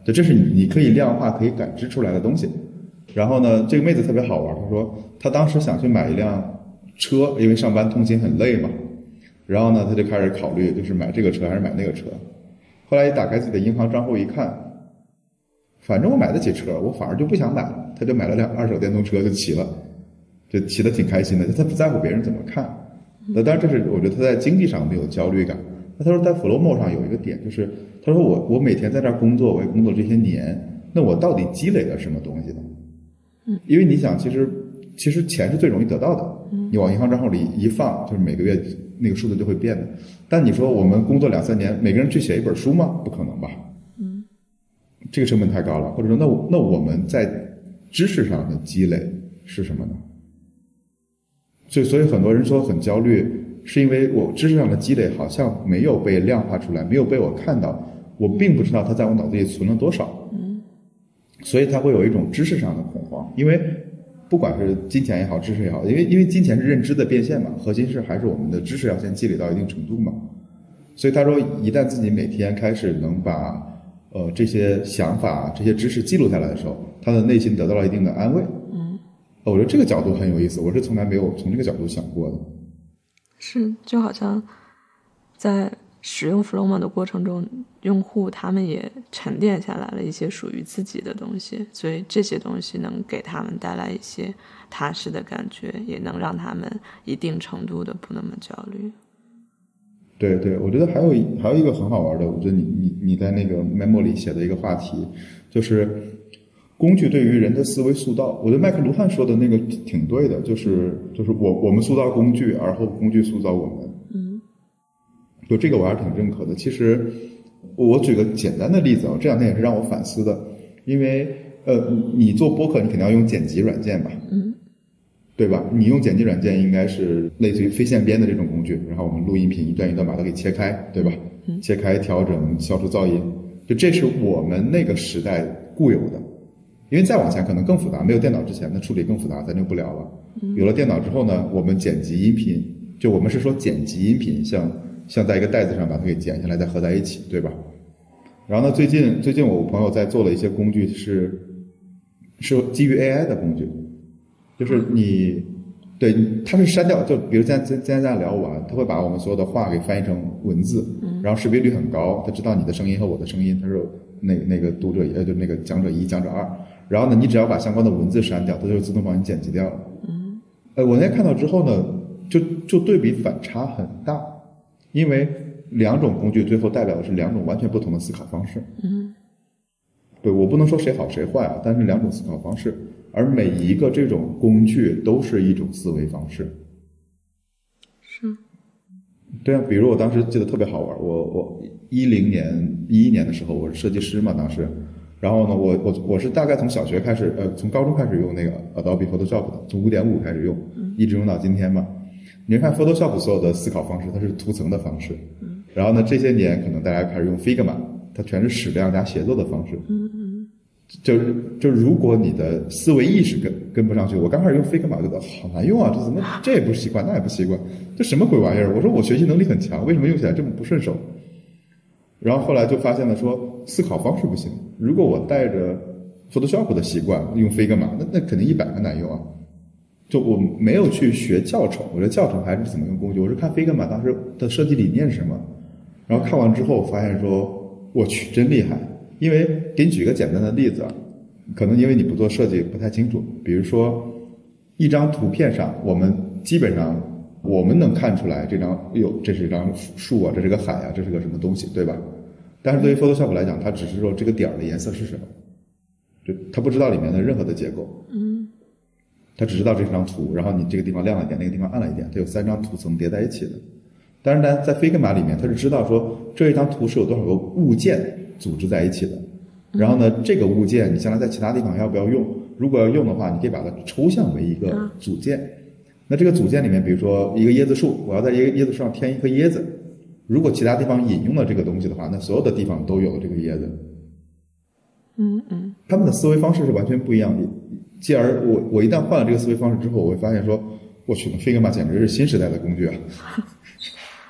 就这是你你可以量化可以感知出来的东西。然后呢，这个妹子特别好玩，她说她当时想去买一辆车，因为上班通勤很累嘛，然后呢她就开始考虑就是买这个车还是买那个车。后来一打开自己的银行账户一看，反正我买得起车，我反而就不想买了，她就买了辆二手电动车就骑了，就骑得挺开心的，她不在乎别人怎么看。那当然这是我觉得她在经济上没有焦虑感。那她说在 Flomo 上有一个点，就是她说我我每天在这儿工作，我也工作这些年，那我到底积累了什么东西呢？ 嗯， 因为你想，其实其实钱是最容易得到的， 嗯， 你往银行账户里一放，就是每个月那个数字就会变的。但你说我们工作两三年，每个人去写一本书吗？不可能吧？ 嗯， 这个成本太高了。或者说，那那我们在知识上的积累是什么呢？所以，所以很多人说很焦虑，是因为我知识上的积累好像没有被量化出来，没有被我看到，我并不知道它在我脑子里存了多少。 嗯， 所以他会有一种知识上的恐慌，因为不管是金钱也好，知识也好，因为因为金钱是认知的变现嘛，核心是还是我们的知识要先积累到一定程度嘛。所以他说，一旦自己每天开始能把呃这些想法、这些知识记录下来的时候，他的内心得到了一定的安慰。 嗯， 我觉得这个角度很有意思，我是从来没有从这个角度想过的。 是，就好像在使用 Flomo 的过程中，用户他们也沉淀下来了一些属于自己的东西，所以这些东西能给他们带来一些踏实的感觉，也能让他们一定程度的不那么焦虑。 对对，我觉得还有还有一个很好玩的，我觉得你你你在那个 memo 里写的一个话题，就是工具对于人的思维塑造。我觉得麦克卢汉说的那个挺对的，就是就是我我们塑造工具，而后工具塑造我们。 嗯， 就这个我还是挺认可的。其实我举个简单的例子啊，这两天也是让我反思的，因为呃，你做播客你肯定要用剪辑软件吧， 嗯， 对吧？你用剪辑软件应该是类似于非线编的这种工具，然后我们录音频一段一段把它给切开，对吧？ 嗯， 切开、调整、消除噪音，就这是我们那个时代固有的。因为再往前可能更复杂，没有电脑之前的处理更复杂，咱就不聊了。有了电脑之后呢，我们剪辑音频，就我们是说剪辑音频，像像在一个袋子上把它给剪下来再合在一起，对吧？然后呢，最近最近我朋友在做了一些工具是是基于 A I 的工具，就是你对它是删掉，就比如现在今天咱聊完，它会把我们所有的话给翻译成文字，然后识别率很高，它知道你的声音和我的声音，它是那个那个读者呃就那个讲者一讲者二，然后呢你只要把相关的文字删掉，它就自动帮你剪辑掉了。 嗯， 呃，我那天看到之后呢，就就对比反差很大，因为两种工具最后代表的是两种完全不同的思考方式。 嗯， 对，我不能说谁好谁坏啊，但是两种思考方式，而每一个这种工具都是一种思维方式。 是。 对啊，比如我当时记得特别好玩，我我一零年一一年的时候，我是设计师嘛，当时，然后呢，我我我是大概从小学开始，呃，从高中开始用那个 Adobe Photoshop 的，从五点五开始用，一直用到今天嘛。你看 Photoshop 所有的思考方式，它是图层的方式，然后呢，这些年可能大家开始用 Figma， 它全是矢量加协作的方式。 嗯嗯。 就是就如果你的思维意识跟跟不上去，我刚开始用 Figma 觉得好难用啊，这怎么这也不习惯，那也不习惯，这什么鬼玩意儿？我说我学习能力很强，为什么用起来这么不顺手？然后后来就发现了说思考方式不行，如果我带着 Photoshop 的习惯用 Figma， 那那肯定一百个难用啊。就我没有去学教程，我觉得教程还是怎么用工具，我是看 Figma 当时的设计理念是什么，然后看完之后发现说我去真厉害。因为给你举个简单的例子啊，可能因为你不做设计不太清楚，比如说一张图片上，我们基本上我们能看出来这张哟，这是一张树啊，这是个海啊，这是个什么东西，对吧？但是对于 Photoshop 来讲，它只是说这个点儿的颜色是什么，就它不知道里面的任何的结构， 嗯， 它只知道这是张图，然后你这个地方亮了一点，那个地方暗了一点，它有三张图层叠在一起的。但是呢，在 Figma 里面，它是知道说这一张图是有多少个物件组织在一起的，然后呢，这个物件你将来在其他地方要不要用？如果要用的话，你可以把它抽象为一个组件。那这个组件里面，比如说一个椰子树，我要在一个椰子树上添一颗椰子，如果其他地方引用了这个东西的话，那所有的地方都有了这个椰子。 嗯嗯， 他们的思维方式是完全不一样的。继而我我一旦换了这个思维方式之后，我会发现说，我去 ，Figma 简直是新时代的工具啊。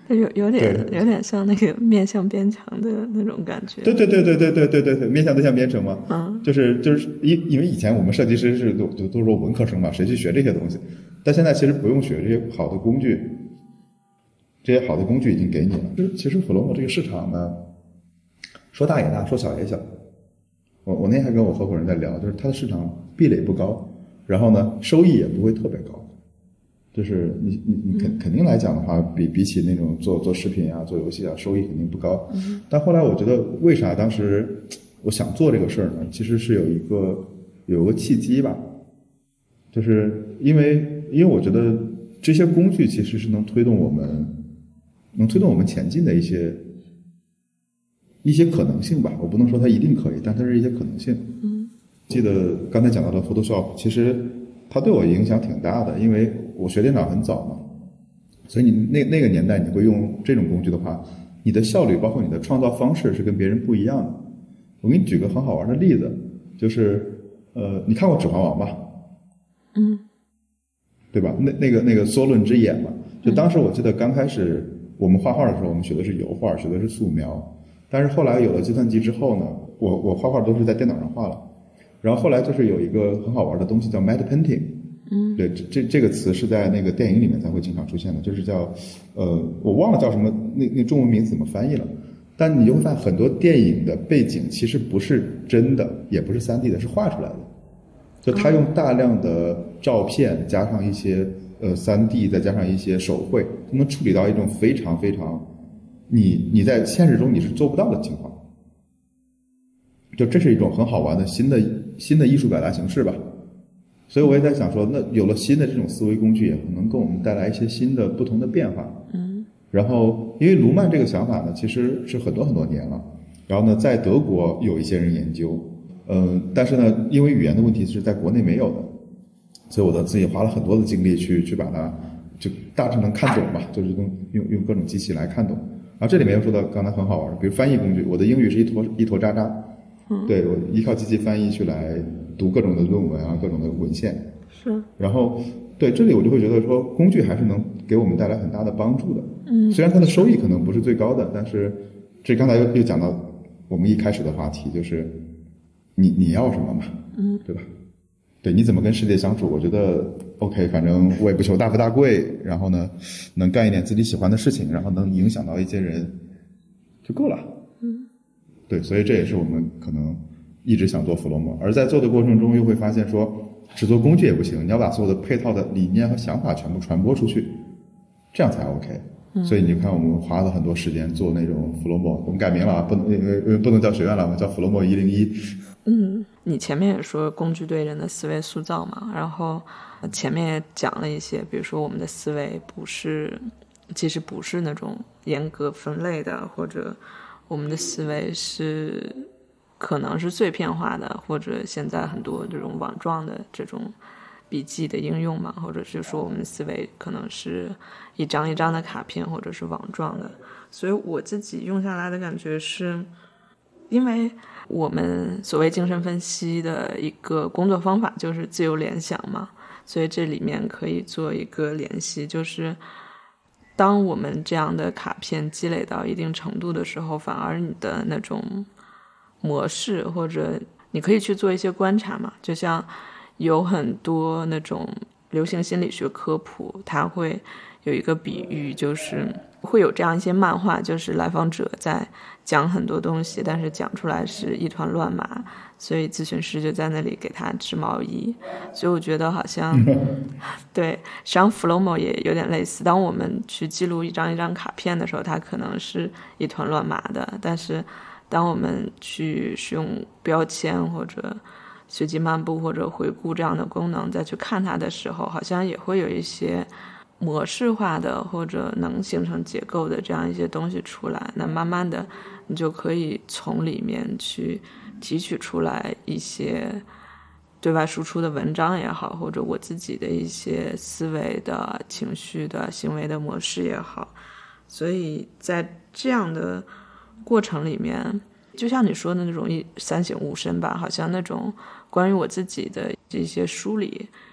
有有点有点像那个面向编程的那种感觉。 对对对对对对对对对，面向对象编程嘛， 嗯， 就是就是因因为以前我们设计师是都就都是文科生嘛，谁去学这些东西？但现在其实不用学，这些好的工具，这些好的工具已经给你了。其实 Flomo 这个市场呢，说大也大，说小也小。我我那天还跟我合伙人在聊，就是它的市场壁垒不高，然后呢，收益也不会特别高。就是你你你肯肯定来讲的话，比比起那种做做视频啊、做游戏啊，收益肯定不高。 嗯、 但后来我觉得，为啥当时我想做这个事儿呢？其实是有一个有个契机吧，就是因为因为我觉得这些工具其实是能推动我们能推动我们前进的一些一些可能性吧。我不能说它一定可以，但它是一些可能性。 嗯， 记得刚才讲到的 Photoshop， 其实它对我影响挺大的，因为我学电脑很早嘛，所以你那那个年代你会用这种工具的话，你的效率包括你的创造方式是跟别人不一样的。我给你举个很好玩的例子，就是呃，你看过《指环王》吧？ 嗯， 对吧？那那个那个梭伦之眼嘛，就当时我记得刚开始我们画画的时候，我们学的是油画，学的是素描，但是后来有了计算机之后呢，我我画画都是在电脑上画了，然后后来就是有一个很好玩的东西叫 matte painting。 嗯， 对，这这个词是在那个电影里面才会经常出现的，就是叫，呃，我忘了叫什么，那那中文名字怎么翻译了。但你就会发现很多电影的背景其实不是真的，也不是 三 D 的，是画出来的。就他用大量的照片加上一些呃 三 D， 再加上一些手绘，他能处理到一种非常非常你你在现实中你是做不到的情况。就这是一种很好玩的新的新的艺术表达形式吧。所以我也在想说，那有了新的这种思维工具，也可能给我们带来一些新的不同的变化。 嗯， 然后因为卢曼这个想法呢，其实是很多很多年了，然后呢，在德国有一些人研究，嗯，但是呢，因为语言的问题是在国内没有的，所以我的自己花了很多的精力去去把它就大致能看懂吧，就是用用用各种机器来看懂。然后这里面又说到刚才很好玩，比如翻译工具，我的英语是一坨一坨渣渣， 嗯， 对，我依靠机器翻译去来读各种的论文啊，各种的文献。 是。 然后对这里我就会觉得说，工具还是能给我们带来很大的帮助的。 嗯， 虽然它的收益可能不是最高的，但是这刚才又又讲到我们一开始的话题，就是你你要什么嘛， 嗯， 对吧？对，你怎么跟世界相处？我觉得 OK， 反正我也不求大富大贵，然后呢，能干一点自己喜欢的事情，然后能影响到一些人就够了。 嗯， 对，所以这也是我们可能一直想做 Flomo， 而在做的过程中又会发现说，只做工具也不行，你要把所有的配套的理念和想法全部传播出去，这样才 OK。嗯、所以你看，我们花了很多时间做那种 Flomo， 我们改名了啊，不能因为不能叫学院了，我们叫 Flomo 一零一。 嗯，你前面也说工具对人的思维塑造嘛，然后前面也讲了一些，比如说我们的思维不是，其实不是那种严格分类的，或者我们的思维是可能是碎片化的，或者现在很多这种网状的这种笔记的应用嘛，或者是说我们的思维可能是一张一张的卡片，或者是网状的。所以我自己用下来的感觉是，因为我们所谓精神分析的一个工作方法就是自由联想嘛，所以这里面可以做一个联系，就是当我们这样的卡片积累到一定程度的时候，反而你的那种模式，或者你可以去做一些观察嘛，就像有很多那种流行心理学科普，它会有一个比喻，就是会有这样一些漫画，就是来访者在讲很多东西，但是讲出来是一团乱麻，所以咨询师就在那里给他织毛衣。所以我觉得好像对，实际上 Flomo 也有点类似，当我们去记录一张一张卡片的时候，它可能是一团乱麻的，但是当我们去使用标签或者随机漫步或者回顾这样的功能再去看它的时候，好像也会有一些模式化的或者能形成结构的这样一些东西出来，那慢慢的你就可以从里面去提取出来一些对外输出的文章也好，或者我自己的一些思维的情绪的行为的模式也好。所以在这样的过程里面，就像你说的那种三省吾身吧，好像那种关于我自己的一些梳理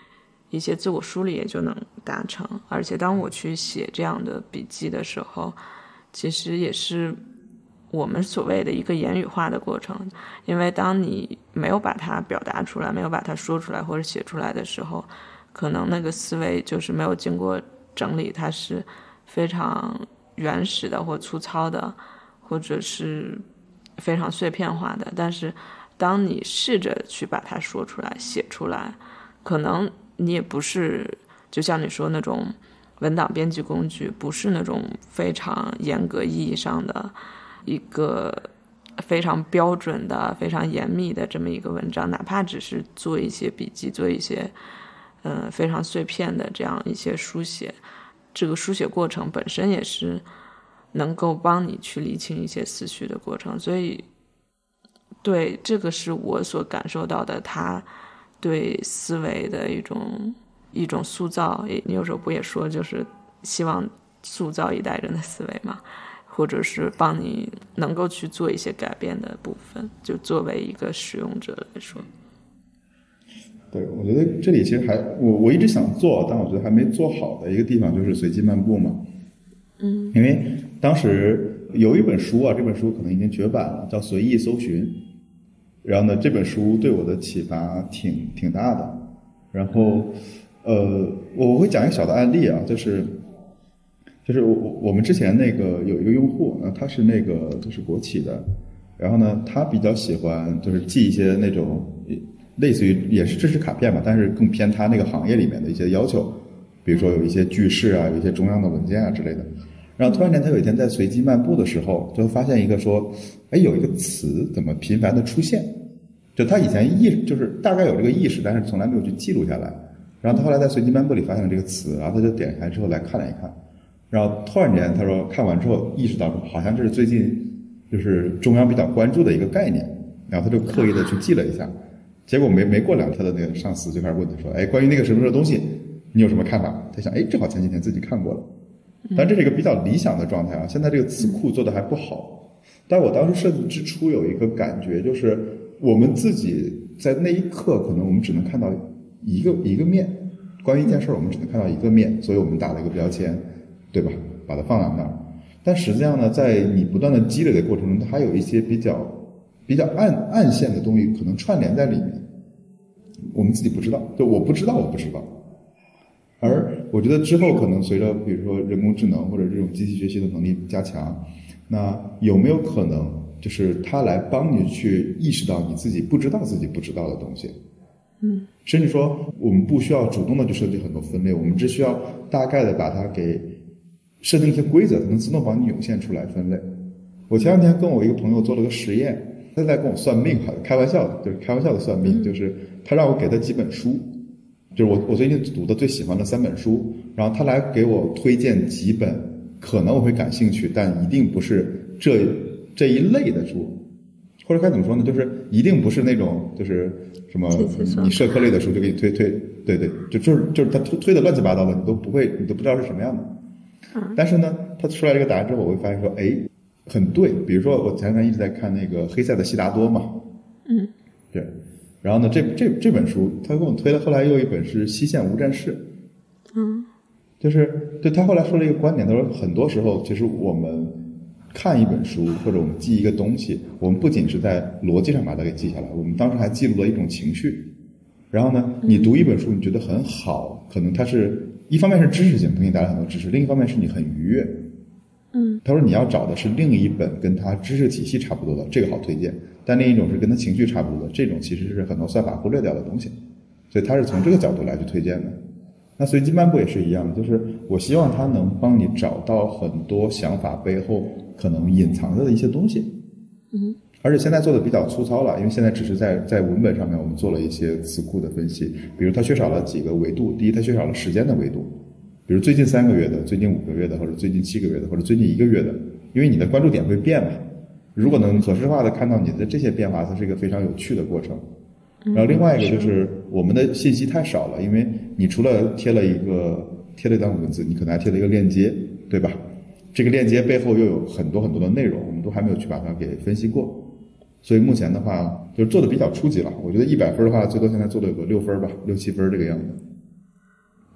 一些自我梳理也就能达成。而且当我去写这样的笔记的时候，其实也是我们所谓的一个言语化的过程，因为当你没有把它表达出来，没有把它说出来或者写出来的时候，可能那个思维就是没有经过整理，它是非常原始的或粗糙的，或者是非常碎片化的。但是当你试着去把它说出来写出来，可能你也不是就像你说那种文档编辑工具，不是那种非常严格意义上的一个非常标准的非常严密的这么一个文章，哪怕只是做一些笔记，做一些呃非常碎片的这样一些书写，这个书写过程本身也是能够帮你去理清一些思绪的过程。所以对，这个是我所感受到的他对思维的一种一种塑造。你有时候不也说就是希望塑造一代人的思维嘛，或者是帮你能够去做一些改变的部分，就作为一个使用者来说。 对，我觉得这里其实还我我一直想做，但我觉得还没做好的一个地方就是随机漫步嘛。 嗯， 因为当时有一本书啊，这本书可能已经绝版了，叫《随意搜寻》。然后呢，这本书对我的启发挺挺大的。然后，呃，我会讲一个小的案例啊，就是就是我我们之前那个有一个用户，那他是那个就是国企的，然后呢，他比较喜欢就是记一些那种类似于也是知识卡片嘛，但是更偏他那个行业里面的一些要求，比如说有一些句式啊，有一些中央的文件啊之类的。然后突然间他有一天在随机漫步的时候，就发现一个说，哎，有一个词怎么频繁的出现？就他以前意就是大概有这个意识，但是从来没有去记录下来。然后他后来在随机漫步里发现了这个词，然后他就点开之后来看了一看，然后突然间他说看完之后意识到好像这是最近就是中央比较关注的一个概念，然后他就刻意的去记了一下。结果没没过两天，他的那个上司就开始问他说，哎，关于那个什么什么东西你有什么看法？他想，哎，正好前几天自己看过了。但这是一个比较理想的状态啊，现在这个词库做的还不好。但我当时设计之初有一个感觉，就是我们自己在那一刻可能我们只能看到一个一个面，关于一件事我们只能看到一个面，所以我们打了一个标签，对吧，把它放在那儿。但实际上呢，在你不断的积累的过程中，它还有一些比较比较暗暗线的东西可能串联在里面，我们自己不知道，就我不知道我不知道。而我觉得之后可能随着比如说人工智能或者这种机器学习的能力加强，那有没有可能就是它来帮你去意识到你自己不知道自己不知道的东西？ 嗯， 甚至说我们不需要主动的去设计很多分类，我们只需要大概的把它给设定一些规则，它能自动帮你涌现出来分类。我前两天跟我一个朋友做了个实验，他在跟我算命，开玩笑的，就是开玩笑的算命，就是他让我给他几本书，就是我我最近读的最喜欢的三本书，然后他来给我推荐几本可能我会感兴趣，但一定不是这这一类的书，或者该怎么说呢？就是一定不是那种就是什么你社科类的书就给你推推，对对，就就是就是他推推的乱七八糟的，你都不会，你都不知道是什么样的。但是呢，他出来这个答案之后，我会发现说，哎，很对。比如说我前两天一直在看那个黑塞的《悉达多》嘛， 嗯， 对。然后呢，这这这本书他给我推了，后来又有一本是《西线无战事》， 嗯， 就是对他后来说了一个观点，他说很多时候其实我们看一本书或者我们记一个东西，我们不仅是在逻辑上把它给记下来，我们当时还记录了一种情绪。然后呢，你读一本书你觉得很好，可能它是一方面是知识性，给你带来很多知识，另一方面是你很愉悦。 嗯， 他说你要找的是另一本跟他知识体系差不多的，这个好推荐。但另一种是跟他情绪差不多的，这种其实是很多算法忽略掉的东西，所以他是从这个角度来去推荐的。那随机漫步也是一样，就是我希望它能帮你找到很多想法背后可能隐藏着的一些东西。 嗯， 而且现在做的比较粗糙了，因为现在只是在在文本上面我们做了一些词库的分析，比如它缺少了几个维度，第一它缺少了时间的维度，比如最近三个月的、最近五个月的，或者最近七个月的，或者最近一个月的，因为你的关注点会变嘛。如果能可视化的看到你的这些变化，它是一个非常有趣的过程。然后另外一个就是我们的信息太少了，因为你除了贴了一个贴了一段文字，你可能还贴了一个链接，对吧？这个链接背后又有很多很多的内容，我们都还没有去把它给分析过。所以目前的话就是做的比较初级了，我觉得一百分的话最多现在做的有个六分吧，六七分这个样子。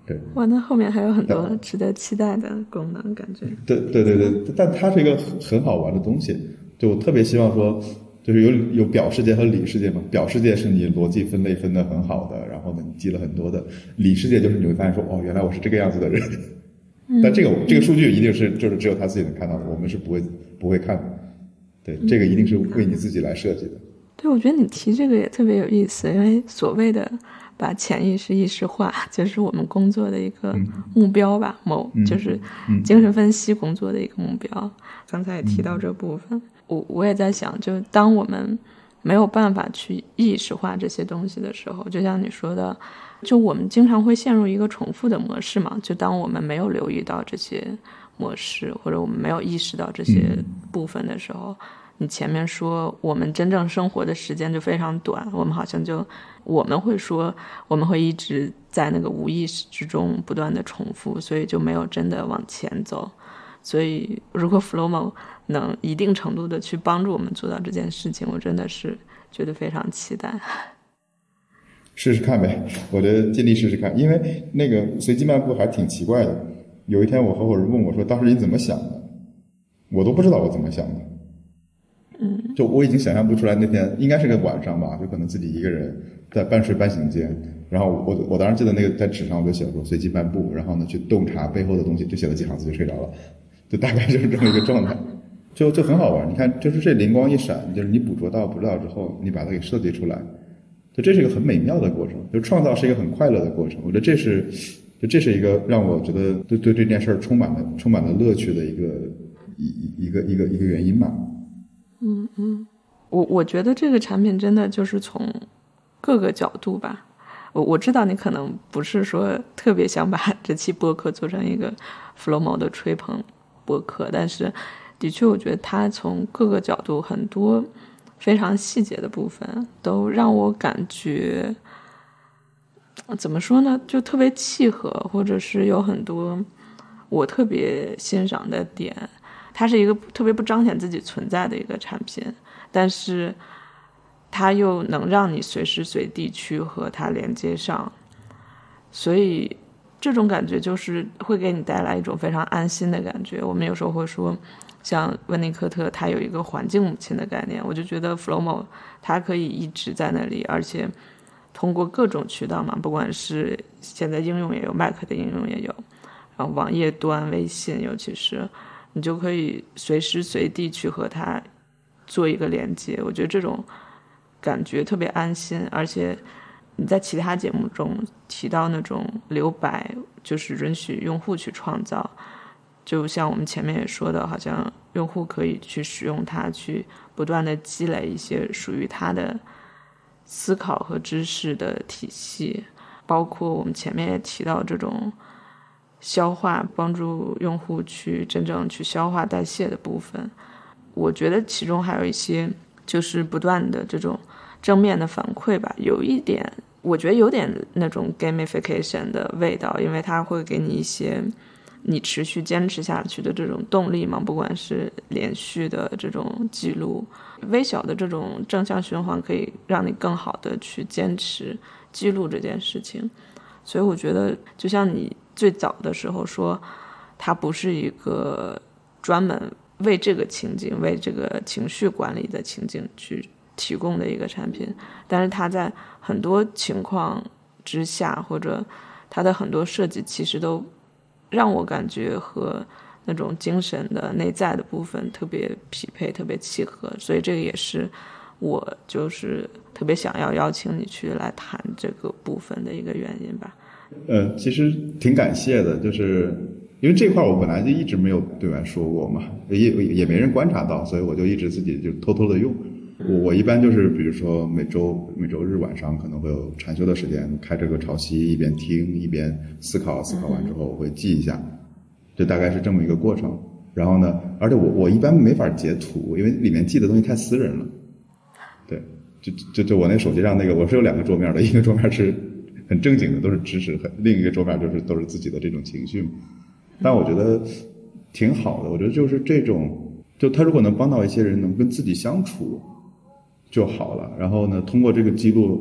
对， 哇，那后面还有很多值得期待的功能，感觉。 对对对对，但它是一个很好玩的东西。就我特别希望说，就是有有表世界和里世界嘛。表世界是你逻辑分类分得很好的，然后呢，你记了很多的。里世界就是你会发现说，哦，原来我是这个样子的人。嗯、但这个这个数据一定是就是只有他自己能看到的，我们是不会不会看的。对，这个一定是为你自己来设计的。 对，我觉得你提这个也特别有意思，因为所谓的把潜意识意识化，就是我们工作的一个目标吧，嗯、某就是精神分析工作的一个目标。嗯、刚才也提到这部分，嗯、我我也在想，就当我们没有办法去意识化这些东西的时候，就像你说的，就我们经常会陷入一个重复的模式嘛。就当我们没有留意到这些模式，或者我们没有意识到这些部分的时候。嗯你前面说我们真正生活的时间就非常短，我们好像就我们会说我们会一直在那个无意识之中不断的重复，所以就没有真的往前走。所以如果 Flomo 能一定程度的去帮助我们做到这件事情，我真的是觉得非常期待。 试试看呗，我觉得尽力试试看。因为那个随机漫步还挺奇怪的，有一天我合伙人问我说当时你怎么想的，我都不知道我怎么想的。 嗯， 就我已经想象不出来那天应该是个晚上吧，就可能自己一个人在半睡半醒间，然后我我当时记得那个在纸上我就写说随机漫步，然后呢去洞察背后的东西，就写了几行字就睡着了，就大概就是这么一个状态，就就很好玩。你看，就是这灵光一闪，就是你捕捉到捕捉到之后，你把它给设计出来，就这是一个很美妙的过程，就创造是一个很快乐的过程。我觉得这是就这是一个让我觉得对对这件事儿充满了充满了乐趣的一个一一个一个一个原因吧。 嗯嗯，我我觉得这个产品真的就是从各个角度吧。我我知道你可能不是说特别想把这期播客做成一个 Flomo 的吹捧播客，但是的确我觉得它从各个角度很多非常细节的部分都让我感觉怎么说呢，就特别契合，或者是有很多我特别欣赏的点。它是一个特别不彰显自己存在的一个产品，但是它又能让你随时随地去和它连接上，所以这种感觉就是会给你带来一种非常安心的感觉。我们有时候会说像温尼科特他有一个环境母亲的概念，我就觉得 Flomo 它可以一直在那里，而且通过各种渠道嘛，不管是现在应用也有 Mac 的应用也有，然后网页端微信尤其是你就可以随时随地去和它做一个连接，我觉得这种感觉特别安心。而且你在其他节目中提到那种留白，就是允许用户去创造，就像我们前面也说的，好像用户可以去使用它，去不断的积累一些属于它的思考和知识的体系，包括我们前面也提到这种消化，帮助用户去真正去消化代谢的部分。我觉得其中还有一些就是不断的这种正面的反馈吧，有一点我觉得有点那种 gamification 的味道，因为它会给你一些你持续坚持下去的这种动力嘛，不管是连续的这种记录，微小的这种正向循环可以让你更好的去坚持记录这件事情。所以我觉得就像你最早的时候说它不是一个专门为这个情景为这个情绪管理的情景去提供的一个产品，但是它在很多情况之下或者它的很多设计其实都让我感觉和那种精神的内在的部分特别匹配特别契合，所以这个也是我就是特别想要邀请你去来谈这个部分的一个原因吧。 呃，其实挺感谢的，就是因为这块我本来就一直没有对外说过嘛，也也没人观察到，所以我就一直自己就偷偷的用。我我一般就是比如说每周每周日晚上可能会有禅修的时间，开这个潮汐一边听一边思考，思考完之后我会记一下，就大概是这么一个过程。然后呢，而且我我一般没法截图，因为里面记的东西太私人了。对，就就就我那手机上那个，我是有两个桌面的，一个桌面是很正经的，都是知识，另一个桌面就是都是自己的这种情绪。但我觉得挺好的，我觉得就是这种，就他如果能帮到一些人能跟自己相处就好了。然后呢，通过这个记录，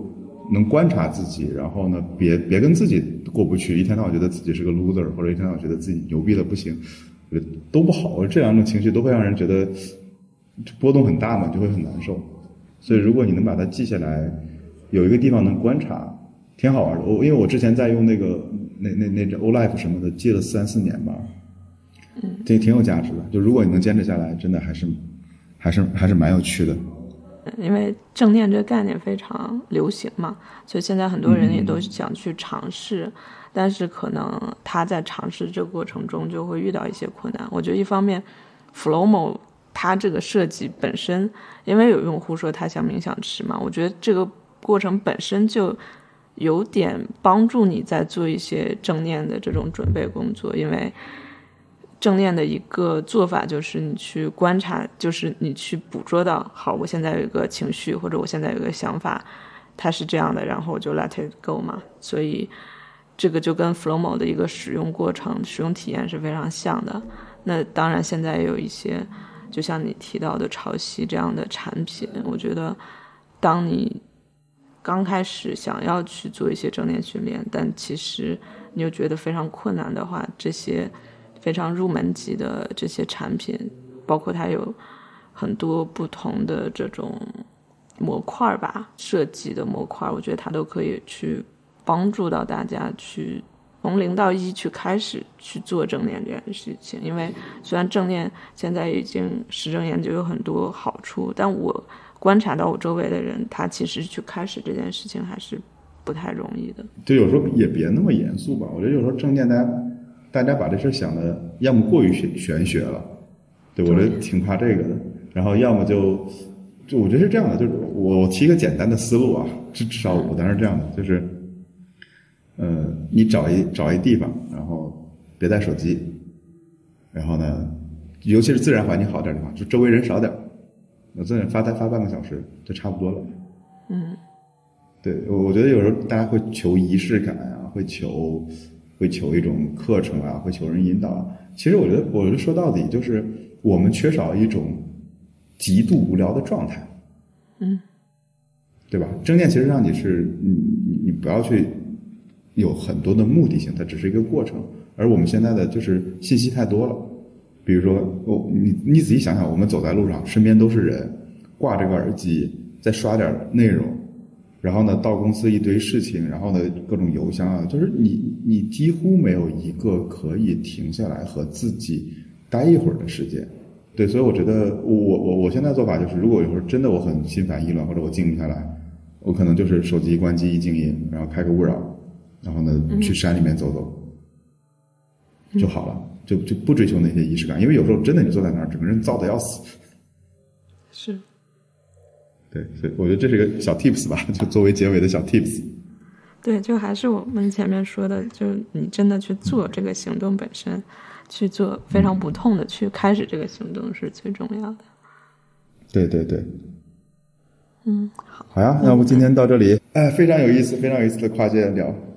能观察自己，然后呢，别别跟自己过不去，一天到晚觉得自己是个 loser， 或者一天到晚觉得自己牛逼的不行，我觉得都不好。这两种情绪都会让人觉得波动很大嘛，就会很难受。所以如果你能把它记下来，有一个地方能观察，挺好玩的。我因为我之前在用那个那那那那 O-Life 什么的，记了三四年吧， 嗯， 挺挺有价值的。就如果你能坚持下来，真的还是还是还是蛮有趣的。 因为正念这个概念非常流行嘛，所以现在很多人也都想去尝试，嗯、但是可能他在尝试这个过程中就会遇到一些困难。我觉得一方面 Flomo 它这个设计本身，因为有用户说他想冥想吃嘛，我觉得这个过程本身就有点帮助你在做一些正念的这种准备工作。因为正念的一个做法就是你去观察，就是你去捕捉到，好，我现在有一个情绪，或者我现在有一个想法，它是这样的，然后我就 let it go 嘛。所以这个就跟 Flomo 的一个使用过程、使用体验是非常像的。那当然现在也有一些就像你提到的潮汐这样的产品，我觉得当你刚开始想要去做一些正念训练，但其实你又觉得非常困难的话，这些非常入门级的这些产品，包括它有很多不同的这种模块吧，设计的模块，我觉得它都可以去帮助到大家去从零到一去开始去做正念这件事情。因为虽然正念现在已经实证研究有很多好处，但我观察到我周围的人，他其实去开始这件事情还是不太容易的。 就有时候也别那么严肃吧，我觉得有时候正念大家大家把这事想的要么过于玄学了，对，我觉得挺怕这个的。然后要么就就我觉得是这样的，就是我我提一个简单的思路啊，至至少我当然是这样的，就是呃，你找一找一地方，然后别带手机，然后呢，尤其是自然环境好点的地方，就周围人少点，我在那发呆发半个小时就差不多了。 嗯， 对，我觉得有时候大家会求仪式感啊，会求。会求一种课程啊，会求人引导啊。其实我觉得，我觉得说到底就是我们缺少一种极度无聊的状态， 嗯， 对吧？正念其实让你是，你你你不要去有很多的目的性，它只是一个过程。而我们现在的就是信息太多了，比如说，我你你仔细想想，我们走在路上，身边都是人，挂着个耳机，再刷点内容。然后呢，到公司一堆事情，然后呢，各种邮箱啊，就是你你几乎没有一个可以停下来和自己待一会儿的时间。对，所以我觉得我我我现在做法就是，如果有时候真的我很心烦意乱，或者我静不下来，我可能就是手机关机一静音，然后开个勿扰，然后呢去山里面走走就好了，就就不追求那些仪式感，因为有时候真的你坐在那儿，整个人燥得要死。 是。 对，所以我觉得这是个小 tips 吧，就作为结尾的小 tips。 对，就还是我们前面说的，就是你真的去做这个行动本身，去做非常不痛的去开始这个行动是最重要的。 对对对。 嗯，好。 好呀，那我们今天到这里，哎，非常有意思，非常有意思的跨界聊。